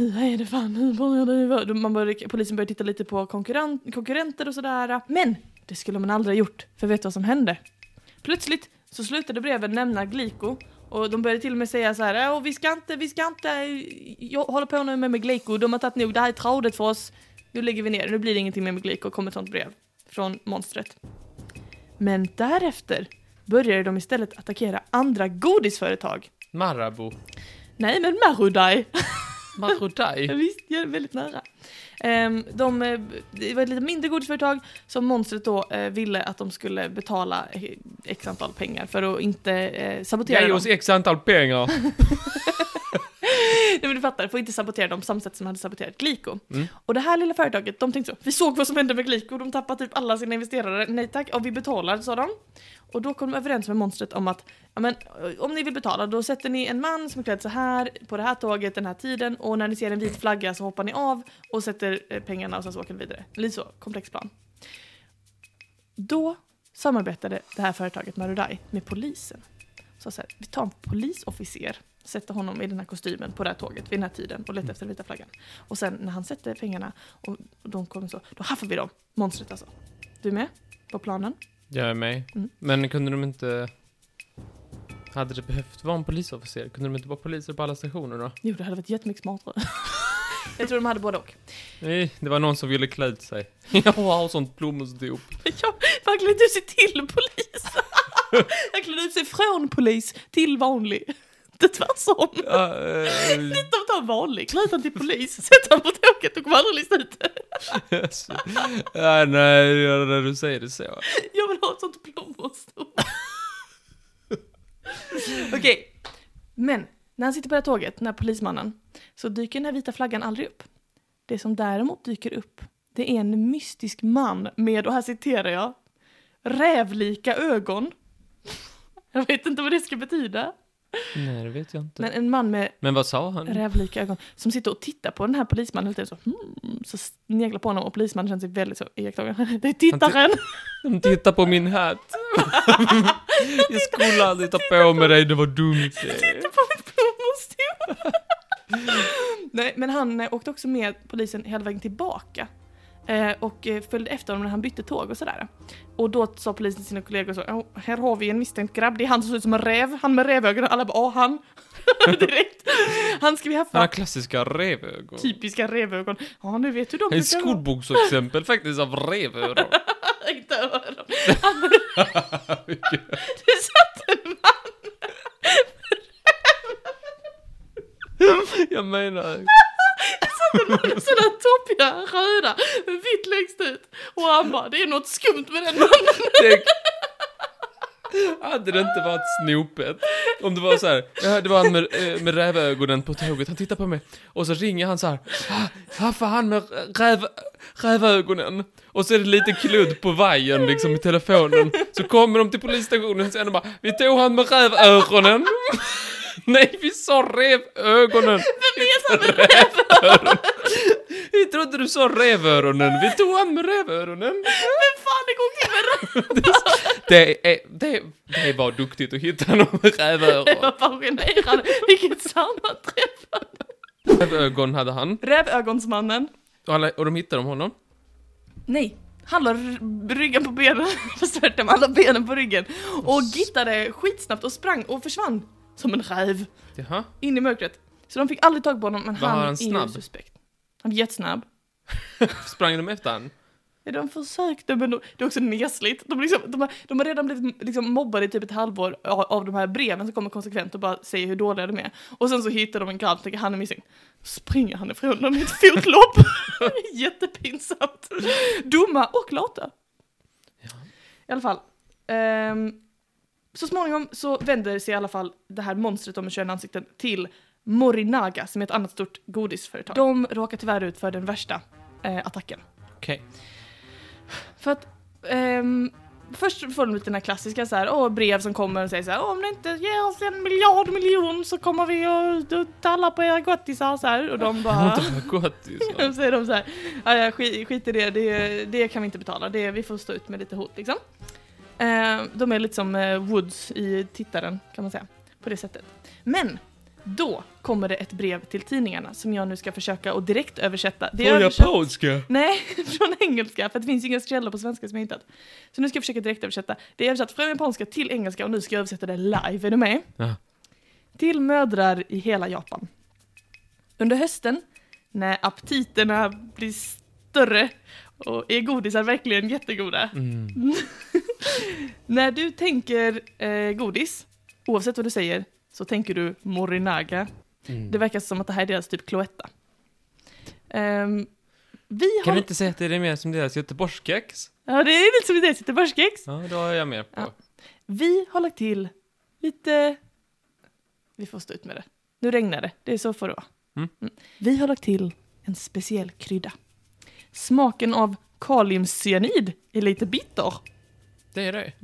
polisen började titta lite på konkurrenter och sådär. Men det skulle man aldrig ha gjort, för vet du vad som hände? Plötsligt så slutade breven nämna Glico, och de började till och med säga så här: vi ska inte hålla på nu med Glico, de har tagit nog, det här är tradigt för oss, nu lägger vi ner, nu blir det ingenting med Glico, kommer ett sånt brev från monstret. Men därefter började de istället attackera andra godisföretag. Marabou. Nej, men Marudai. Marudai? Visst, jag är väldigt nära. Det var ett lite mindre godisföretag som monstret då ville att de skulle betala x antal pengar för att inte sabotera Ge dem. oss x antal pengar. Nej, men du fattar, får inte sabotera dem på samma sätt som hade saboterat Glico. Mm. Och det här lilla företaget, de tänkte så: vi såg vad som hände med Glico, de tappade typ alla sina investerare. Nej tack, och vi betalar, sa de. Och då kom de överens med monstret om att ja, men, om ni vill betala, då sätter ni en man som är klädd så här på det här tåget den här tiden, och när ni ser en vit flagga så hoppar ni av och sätter pengarna och sen så åker ni vidare. Lite så, komplex plan. Då samarbetade det här företaget Marudai med polisen. Så här, vi tar en polisofficer, sätter honom i den här kostymen på det här tåget vid den här tiden och letar efter den vita flaggan. Och sen när han sätter pengarna och de kommer så, då haffar vi dem, monstret alltså. Du är med på planen? Jag är med. Mm. Men kunde de inte... Hade det behövt vara en polisofficer? Kunde de inte vara poliser på alla stationer då? Jo, det hade varit jättemycket smartare. Jag tror de hade både och. Nej, det var någon som ville klä ut sig. Jag har sånt blommosdop. Ja, man klädde ut sig till polis. Jag klädde ut sig från polis till vanlig. Det är tvärtom. De tar vanlig, kläder han till polis, sätter han på tåget och kommer aldrig lista ut det. Nej, när du säger det så. Jag vill ha ett sånt blommosdop. Okej, men när han sitter på det här tåget, den här polismannen, så dyker den här vita flaggan aldrig upp. Det som däremot dyker upp, det är en mystisk man med, och här citerar jag, rävlika ögon. Jag vet inte vad det ska betyda. Nej, det vet jag inte. Men en man med Men vad sa han? rävlika ögon som sitter och tittar på den här polismannen och så sneglar på honom, och polismannen känner sig väldigt så iakttagen. Det är tittaren. De tittar på min hatt. Jag skulle aldrig ta på med dig, det var dumt. Titta på mitt blommosdop. Nej, men han åkte också med polisen hela vägen tillbaka. Och följde efter honom när han bytte tåg och sådär. Och då sa polisen till sina kollegor så: här har vi en misstänkt grabb, det är han som ser ut som en räv, han med rävögon, och alla bara, han. Direkt. Han ska vi haffa. Han har klassiska rävögon. Typiska rävögon. Ja, nu vet du de En skolboksexempel faktiskt av rävögon. Inte öron. Det satt en man. Jag menar... Sådana toppiga, röda, vitt längst ut. Och han bara, det är något skumt med den mannen. Hade det inte varit snopet? Om det var så här, ja, det var han med rävögonen på tåget, han tittar på mig. Och så ringer han så här, för han med rävögonen. Och så är det lite kludd på vajern liksom i telefonen. Så kommer de till polisstationen och säger bara, vi tog han med rävögonen. Nej, vi sa rävögonen. Vem är han med rävögonen? Vi trodde du sa rävöronen. Vi tog han med rävöronen. Vem fan är god med Det var duktigt att hitta någon med rävöron. Det var fascinerande. Vilket sammanträffande. Rävögon hade han. Rävögonsmannen. Och de hittade honom. Nej, han la ryggen på benen. Tvärtom, han la benen på ryggen. Och gittade skitsnabbt och sprang och försvann som en räv. Jaha. In i mörkret. Så de fick aldrig tag på honom, men Var han är snabb? ju suspekt. Han var jättesnabb. Sprang de efter han? Ja, de försökte, men det är också nesligt. De har redan blivit liksom mobbade i typ ett halvår av de här breven som kommer konsekvent och bara säger hur dåliga de är. Och sen så hittar de en grabb och tänker, han är misstänkt. Springer han ifrån dem i ett fotlopp. Jättepinsamt. Dumma och lata. Ja. I alla fall. Så småningom så vänder sig i alla fall det här monstret med 21 ansikten till Morinaga, som är ett annat stort godisföretag. De råkar tyvärr ut för den värsta attacken. Okej. För att först får de lite den här klassiska så här, brev som kommer och säger så här, om ni inte ger oss 1 miljon så kommer vi att talla på era gottisar så här. Och de bara Gottisar. så säger de så här, ja, skit i det kan vi inte betala, vi får stå ut med lite hot liksom. De är lite som Woods i Tittaren, kan man säga, på det sättet. Men då kommer det ett brev till tidningarna som jag nu ska försöka att direkt översätta. Det är japanska? Nej, från engelska, för det finns inga källor på svenska som jag hittat. Så nu ska jag försöka direkt översätta. Det är översatt från japanska till engelska och nu ska jag översätta det live. Är du med? Ja. Till mödrar i hela Japan. Under hösten, när aptiterna blir större och är godisar verkligen jättegoda. När du tänker godis, oavsett vad du säger, så tänker du Morinaga. Det verkar som att det här är deras typ Cloetta. Kan du inte säga att det är mer som deras Göteborgskex? Ja, det är lite som deras Göteborgskex. Ja, då är jag med på. Ja. Vi har lagt till lite... Vi får stå ut med det. Nu regnar det. Det är så får det vara. Vi har lagt till en speciell krydda. Smaken av kaliumcyanid är lite bitter. Det är det.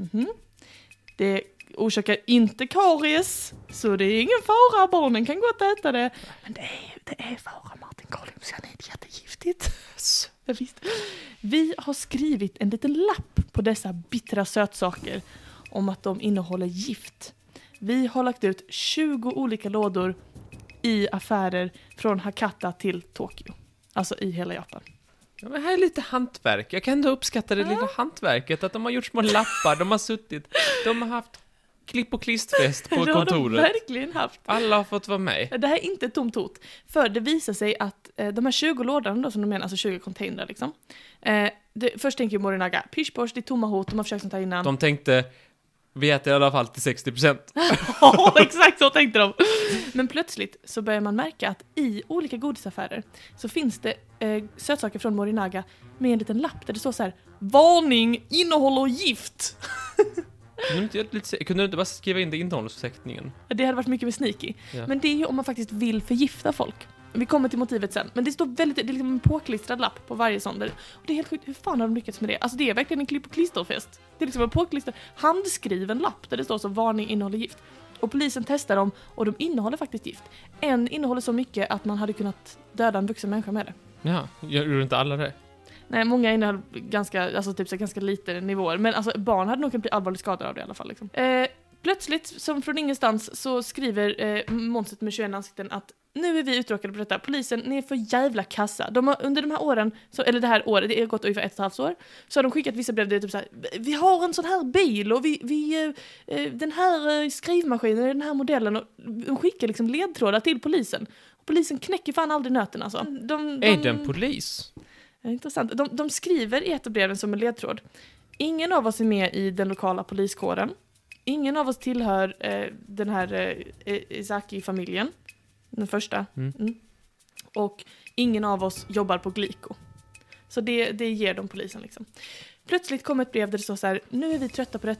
Det orsakar inte karies, så det är ingen fara. Barnen kan gott äta det. Men det är fara, Martin. Kaliumcyanid är jättegiftigt. Ja, visst. Vi har skrivit en liten lapp på dessa bittra sötsaker om att de innehåller gift. Vi har lagt ut 20 olika lådor i affärer från Hakata till Tokyo. Alltså i hela Japan. Ja, men här är lite hantverk. Jag kan ändå uppskatta det lilla hantverket. Att de har gjort små lappar, de har suttit, de har haft klipp- och klistfest på kontoret. Det har de verkligen haft. Alla har fått vara med. Det här är inte ett tomt hot. För det visar sig att de här 20 lådorna då, som de menar, alltså 20 container liksom. Först tänker ju Morinaga, pish-posh, det är tomma hot, de har försökt sånt här innan. De tänkte, vi äter i alla fall till 60%. Ja, exakt så tänkte de. Men plötsligt så börjar man märka att i olika godisaffärer så finns det sötsaker från Morinaga med en liten lapp där det står så här: varning, innehåller gift. Kunde du inte bara skriva in det i innehållsförteckningen? Det hade varit mycket mer sneaky. Ja. Men det är ju om man faktiskt vill förgifta folk. Vi kommer till motivet sen. Men det står det är liksom en påklistrad lapp på varje sån där. Och det är helt sjukt, hur fan har de lyckats med det? Alltså det är verkligen en klipp- och klisterfest. Det är liksom en påklistrad, handskriven lapp där det står så: varning, innehåller gift. Och polisen testar dem och de innehåller faktiskt gift. En innehåller så mycket att man hade kunnat döda en vuxen människa med det. Ja, gjorde inte alla det? Nej, många innehöll ganska lite nivåer. Men alltså, barn hade nog kunnat bli allvarligt skadade av det i alla fall. Liksom. Plötsligt, som från ingenstans, så skriver monstret med 21 ansikten att nu är vi uttråkade på detta. Polisen, ni är för jävla kassa. De har under de här åren, eller det här året, det har gått ungefär 1,5 år, så har de skickat vissa brev där det typ så här: vi har en sån här bil och den här skrivmaskinen, den här modellen, och de skickar liksom ledtrådar till polisen. Och polisen knäcker fan aldrig nöten alltså. Är det en polis? Intressant. De skriver i ett av breven som en ledtråd: ingen av oss är med i den lokala poliskåren. Ingen av oss tillhör den här Izaki-familjen. Den första. Och ingen av oss jobbar på Glico. Så det ger de polisen liksom. Plötsligt kommer ett brev där det står så här: nu är vi trötta på detta.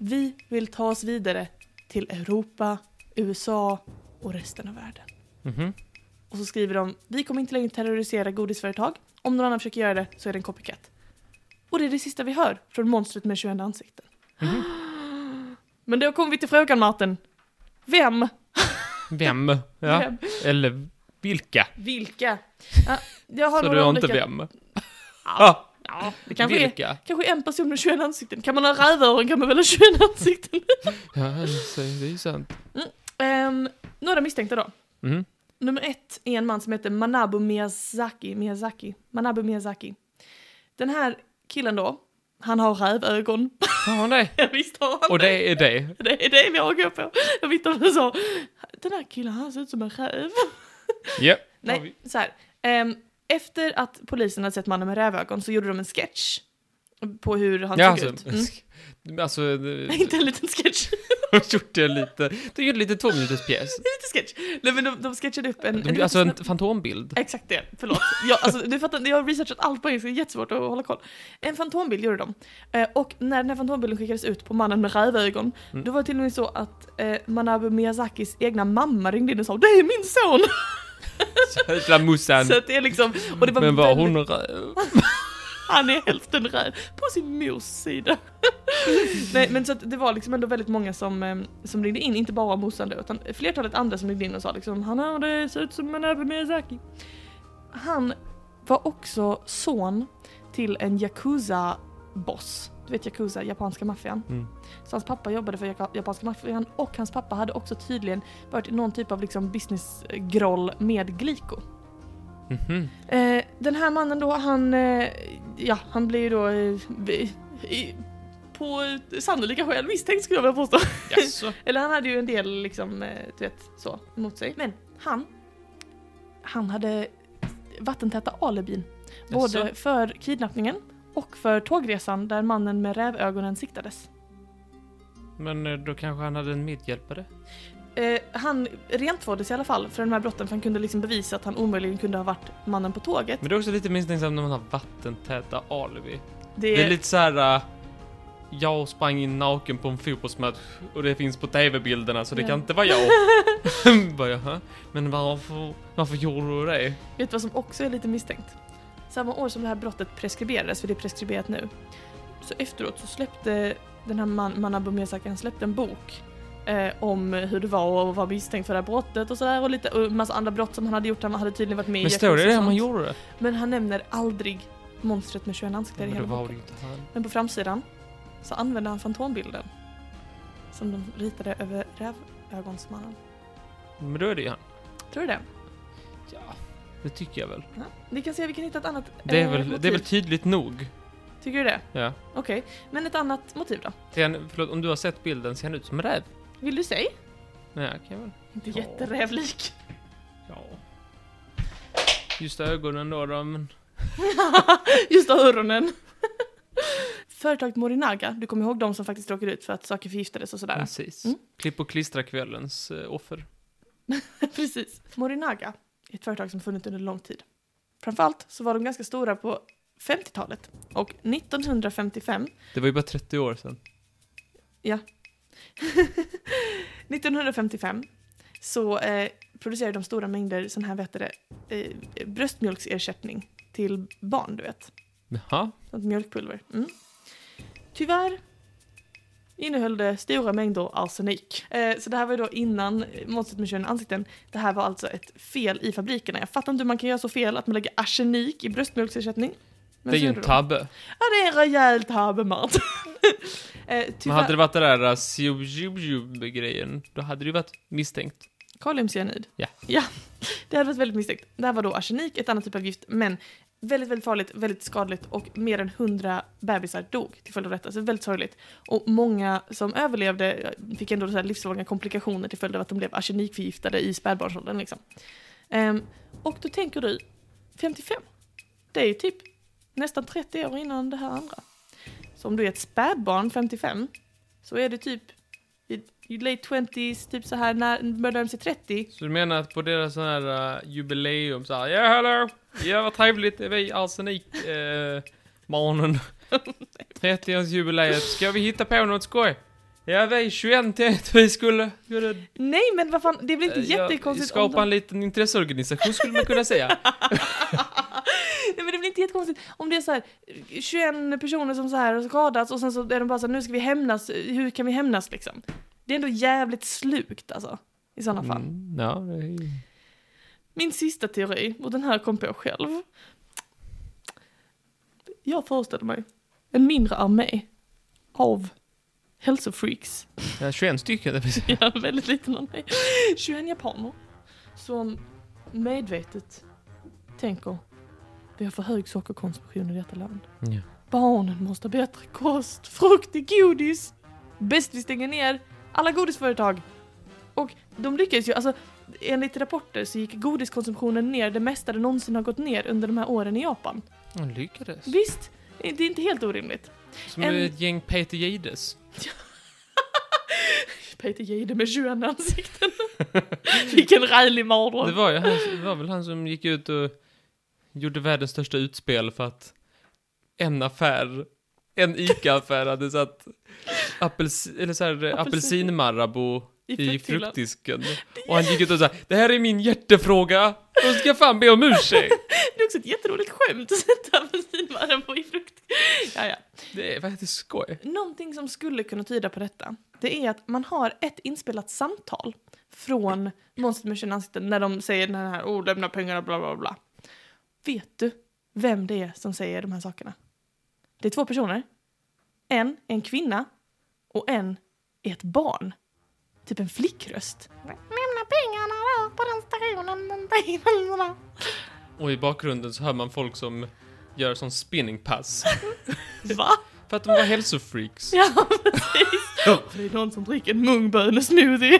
Vi vill ta oss vidare till Europa, USA och resten av världen. Mhm. Och så skriver de, vi kommer inte längre terrorisera godisföretag. Om någon annan försöker göra det så är det en copycat. Och det är det sista vi hör från monstret med 21 ansikten. Mhm. Men då kommer vi till frågan, Martin. Vem? Vem? Ja. Vem? Eller vilka? Vilka? Ja, jag har Så några du har inte olika... vem? Ja, det kanske är, Vilka? kanske en person med 21 ansikten. Kan man ha rävöron kan man väl ha 21 ansikten. Ja, det är ju sant. Några misstänkta då. Mhm. Nummer 1 är en man som heter Manabu Miyazaki. Manabu Miyazaki. Den här killen då, han har rävögon. Har han det? Ja, visst har han Och det är det? Det är det vi har gått på. Jag vet inte om du sa, den här killen han ser ut som en räv. Ja. Nej, så här. Efter att polisen hade sett mannen med rävögon så gjorde de en sketch på hur han Ja, såg alltså, ut. alltså Inte en liten sketch. de gjorde lite, de gjorde lite 2 minuters pjäs. Lite sketch. Nej, men de sketchade upp en Alltså en fantombild. Exakt det, förlåt. Du fattar, jag har researchat allt på engelska, det är jättesvårt att hålla koll. En fantombild gjorde de. Och när den här fantombilden skickades ut på mannen med rävögon, då var det till och med så att Manabu Miyazakis egna mamma ringde in och sa, det är min son! Jävla mussan. Så att det är liksom, och det var Men var väldigt, hon röv? han är hälften räv på sin mors sida. Nej, men så att det var liksom ändå väldigt många som ringde in, inte bara morsan då, utan flertalet andra som ringde in och sa liksom, han har det ser ut som Manabu Miyazaki. Han var också son till en Yakuza-boss. Du vet Yakuza, japanska maffian. Så hans pappa jobbade för japanska maffian och hans pappa hade också tydligen varit någon typ av liksom businessgroll med Glico. Mhm. Den här mannen då, han blir ju då på sannolika skäl misstänkt skulle jag vilja påstå. Jaså? Eller han hade ju en del liksom, du vet, så mot sig. Men han hade vattentäta alibin. Både Jaså? för kidnappningen och för tågresan där mannen med rävögonen siktades. Men då kanske han hade en medhjälpare? Han rentvåddes i alla fall för de här brotten, för han kunde liksom bevisa att han omöjligen kunde ha varit mannen på tåget. Men det är också lite misstänksamt när man har vattentäta alibi. Det Det är lite så här. Jag sprang in naken på en fotbollsmatch och det finns på tv-bilderna så det Ja. kan inte vara jag. Bara, jaha. Men varför gjorde du det? Vet du vad som också är lite misstänkt? Samma år som det här brottet preskriberades, för det är preskriberat nu, så efteråt så släppte den här Manabu Miyazaki, han släppte en bok om hur det var att vara misstänkt för det här brottet och sådär, och en massa andra brott som han hade gjort. Han hade tydligen varit med i Men står det Yakuza och om han sånt. gjorde det? Men han nämner aldrig monstret med 21 ansikten i Men hela då var boken. det inte han. Men på framsidan så använde han fantombilden som de ritade över rävögonsmannen. Men då är det ju han. Tror du det? Ja, det tycker jag väl. Ja. Vi kan se, vi kan hitta ett annat Det är väl motiv. tydligt nog. Tycker du det? Ja. Okej, men ett annat motiv då? Förlåt, om du har sett bilden ser han ut som en räv. Vill du säga? Nej, kan jag väl. Inte Ja. jätterävlik. Ja. Just ögonen då, men... Just öronen. Företaget Morinaga, du kommer ihåg de som faktiskt råkade ut för att saker förgiftades och sådär. Precis. Mm. Klipp och klistra kvällens offer. Precis. Morinaga är ett företag som funnits under lång tid. Framförallt så var de ganska stora på 50-talet. Och 1955... Det var ju bara 30 år sedan. Ja. 1955 så producerade de stora mängder sån här, vet du, bröstmjölksersättning till barn, du vet. Jaha. Sånt mjölkpulver. Mm. Tyvärr innehöll det stora mängder arsenik. Så det här var ju då innan monstret med 21 ansikten. Det här var alltså ett fel i fabrikerna. Jag fattar inte hur man kan göra så fel att man lägger arsenik i bröstmjölksersättning. Men Det är så ju gjorde en de. tabbe. Ja, det är en rejäl tabbe, Mart. Men hade det varit det där siu-siu-siu-grejen, då hade det ju varit misstänkt. Kaliumcyanid. Ja. Ja, det hade varit väldigt misstänkt. Det här var då arsenik, ett annat typ av gift, men väldigt, väldigt farligt, väldigt skadligt, och mer än 100 bebisar dog till följd av detta. Så det är väldigt sorgligt. Och många som överlevde fick ändå så här livslånga komplikationer till följd av att de blev arsenikförgiftade i spädbarnsåldern. Liksom. Och då tänker du, 55, det är ju typ nästan 30 år innan det här andra. Så om du är ett spädbarn 55, så är det typ i late 20s, typ så här när börjar de sig 30. Så du menar att på deras sån här jubileum så här, ja, hallå, ja, vad trevligt, det är vi arsenik barnen. 30-årsjubileet, ska vi hitta på något skoj? Jag var 21 till att vi skulle Nej, men vad fan, det blir inte jättekonstigt skapa en liten intresseorganisation skulle man kunna säga. Nej, men det blir inte jättekonstigt om det är så här 21 personer som så här har skadats och sen så är de bara så här, nu ska vi hämnas, hur kan vi hämnas liksom? Det är ändå jävligt slukt alltså, i sådana fall. Ja, det är... Min sista teori, och den här kom på själv. Jag föreställer mig en mindre armé av hälsofreaks. Ja, 21 stycken. Ja, väldigt liten armé. 21 japaner som medvetet tänker, vi har för hög sockerkonsumtion i detta land. Ja. Barnen måste ha bättre kost, frukt och godis. Bäst vi stänger ner alla godisföretag. Och de lyckades ju, alltså enligt rapporter så gick godiskonsumtionen ner det mesta det någonsin har gått ner under de här åren i Japan. De lyckades. Visst, det är inte helt orimligt. Som ett gäng Peter Gides. Peter Gide med 21 ansikten. Vilken rälig mardröm. Det var väl han som gick ut och gjorde världens största utspel för att en ICA-affär hade satt apelsinmarabou i fruktdisken. Och han gick ut och sa, det här är min hjärtefråga. Då ska jag fan be om ursäkt. Det är också ett jätteroligt skämt att sätta apelsinmarabou i frukt. Ja. Det är faktiskt skoj. Någonting som skulle kunna tyda på detta, det är att man har ett inspelat samtal från Monster Mission ansikten när de säger den här, lämna pengarna, bla bla bla. Vet du vem det är som säger de här sakerna? Det är 2 personer. En kvinna och en är ett barn. Typ en flickröst. Lämna pengarna då på den stationen. Och i bakgrunden så hör man folk som gör sån spinningpass. Va? För att de var hälsofreaks. Ja, precis. Det är någon som dricker en mungbönesmoothie.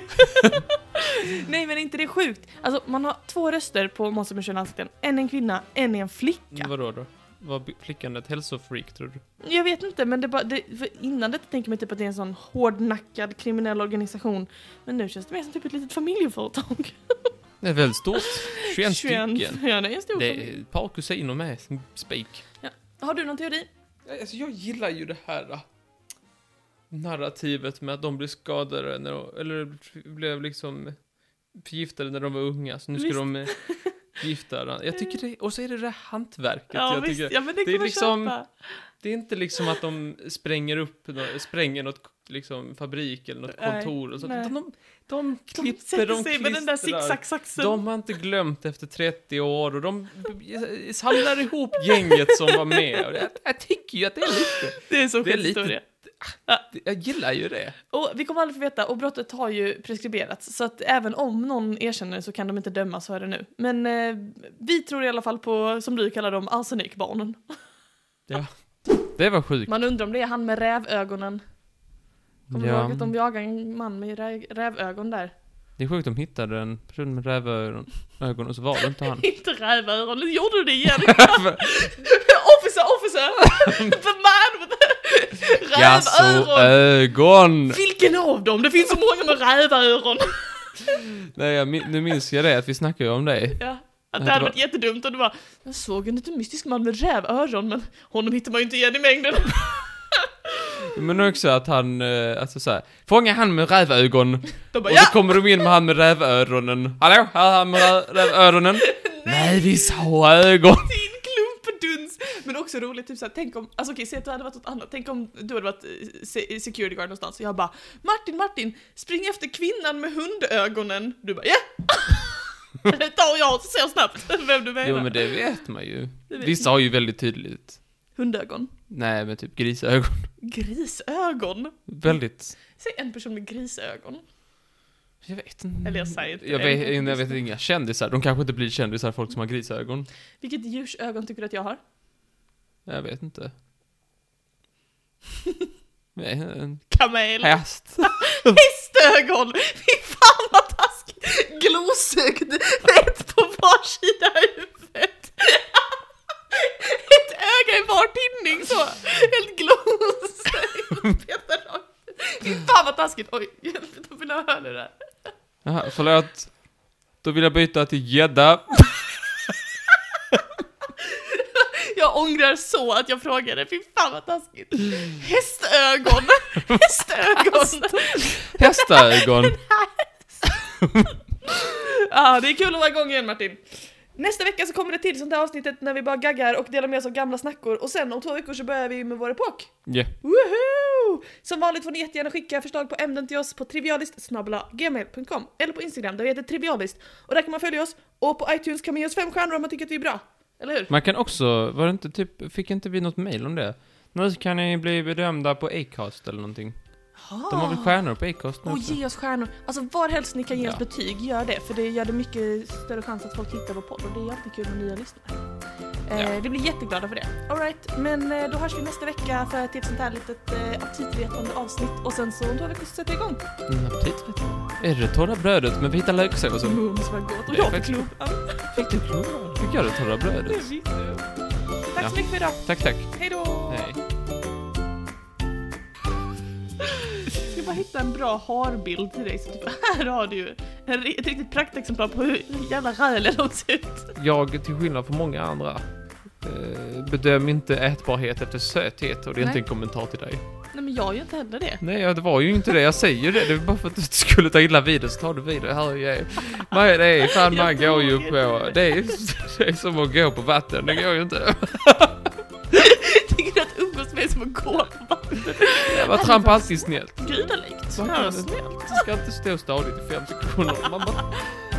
Nej, men inte det är sjukt. Alltså, man har 2 röster på Monster Mission ansikten. En är en kvinna, en är en flicka. Vadå då? Var flickan ett hälsofreak, tror du? Jag vet inte, men för innan det tänker man typ att det är en sån hårdnackad kriminell organisation. Men nu känns det mer som typ ett litet familjeföretag. Det är väldigt stort. 21 stycken. Ja, det är en stor Det familj. är ett par kusiner med, spik. Ja. Har du någon teori? Alltså, jag gillar ju det här narrativet med att de blir skadade eller blev liksom förgiftade när de var unga. Så nu ska de förgifta. Jag tycker det, och så är det här hantverket. Ja, jag visst. tycker, Ja, men det är kan liksom, man köpa. det är inte liksom att de spränger något liksom fabrik eller något kontor och så. De klipper, de sig med den där klistrar. zigzag-saxen. De har inte glömt efter 30 år och de samlar ihop gänget som var med. Och jag tycker ju att det är lite... Det är så det är sjukt historia. Jag gillar ju det. Och vi kommer aldrig få veta, och brottet har ju preskriberats. Så att även om någon erkänner så kan de inte dömas för det nu. Men vi tror i alla fall på, som du kallar dem, arsenikbarnen. Ja, det var sjukt. Man undrar om det är han med rävögonen. Kommer du ihåg att de jagar en man med rävögon där? Det är sjukt att de hittade en person med rävögon och så var det inte han. Inte rävöron, nu gjorde du det igen. officer! The man with rävöron! ögon! Vilken av dem? Det finns så många med rävöron. Nej, nu minns jag det, att vi snackade ju om det. Ja. Att det hade varit jättedumt om du bara, jag såg en liten mystisk man med rävöron, men honom hittar man ju inte igen i mängden. Men också att han, alltså såhär, fånga han med rävögon. Bara, och så kommer de in med han med rävöronen. Hallå, här han med rävöronen. Nej, vi sa ögon. Din klumpeduns. Men också roligt, typ såhär, tänk om, alltså okej, säg att du hade varit något annat. Tänk om du hade varit security guard någonstans. Och jag bara, Martin, spring efter kvinnan med hundögonen. Du bara, ja! Det tar jag och ser snabbt vem du menar. Jo, men det vet man ju. Vissa har ju väldigt tydligt. Hundögon. Nej, men typ grisögon. Grisögon? Väldigt. Säg en person med grisögon. Jag vet inte. Eller jag säger inte. Jag vet inga kändisar. De kanske inte blir kändisar, folk som har grisögon. Vilket djursögon tycker du att jag har? Jag vet inte. En kamel. häst. Hästögon. Fy fan vad taskigt. Glosögd. Ett på var sida huvudet. Ett öga i var tinning så. Helt glosögd. Fy fan vad taskigt. Oj, då vill jag höra det där. Jaha, förlåt. Då vill jag byta till gädda. Jag ångrar så att jag frågade. Fy fan vad taskigt. Hästögon. Hästögon. Hästögon. Ja, det är kul att vara igång igen, Martin. Nästa vecka så kommer det till sånt här avsnittet när vi bara gaggar och delar med oss av gamla snackor. Och sen om 2 veckor så börjar vi med vår epok. Yeah. Woohoo! Som vanligt får ni jättegärna skicka förslag på ämnen till oss på trivialist@gmail.com eller på Instagram där vi heter trivialist. Och där kan man följa oss. Och på iTunes kan man ge oss 5 stjärnor om man tycker att vi är bra. Eller hur? Man kan också, var det inte typ, fick inte vi något mejl om det? Nu kan ni bli bedömda på Acast eller någonting. De har väl stjärnor på Acast nu? Och ge oss stjärnor. Alltså var helst ni kan ge oss Ja. betyg, gör det. För det gör det mycket större chans att folk hittar vår podd. Och det är alltid kul med nya lyssnare. Vi blir jätteglada för det. All right, men då hörs vi nästa vecka för ett sånt här litet aptitretande avsnitt. Och sen så om 2 veckor så sätter vi igång. Aptitret. Är det torra brödet med vita löksås? Mums vad gott. Och Det är jag fick faktiskt- klubban. Fick du klubba? Fick jag det torra brödet? Det visste du. Tack så mycket för idag. Tack. Hej då. Hej. Jag ska bara hitta en bra harbild till dig. Så typ, här har du ju ett riktigt praktexemplar på hur jävla rälen de ser ut. Jag, till skillnad från många andra, bedöm inte ätbarhet efter söthet. Och det är inte Nej. en kommentar till dig. Nej, men jag gör inte heller det. Nej, det var ju inte det. Jag säger det. Det är bara för att du skulle ta illa vid det, så tar du vid det. Här är det är fan, man går ju på... Det är som att gå på vatten. Det går ju inte. Tycker du att umgås med som att gå på vatten? Jag var trampa alltid snällt. Gudalikt. Man Ja, kan- snällt. Du ska inte stå stadigt i 5 sekunder. Man bara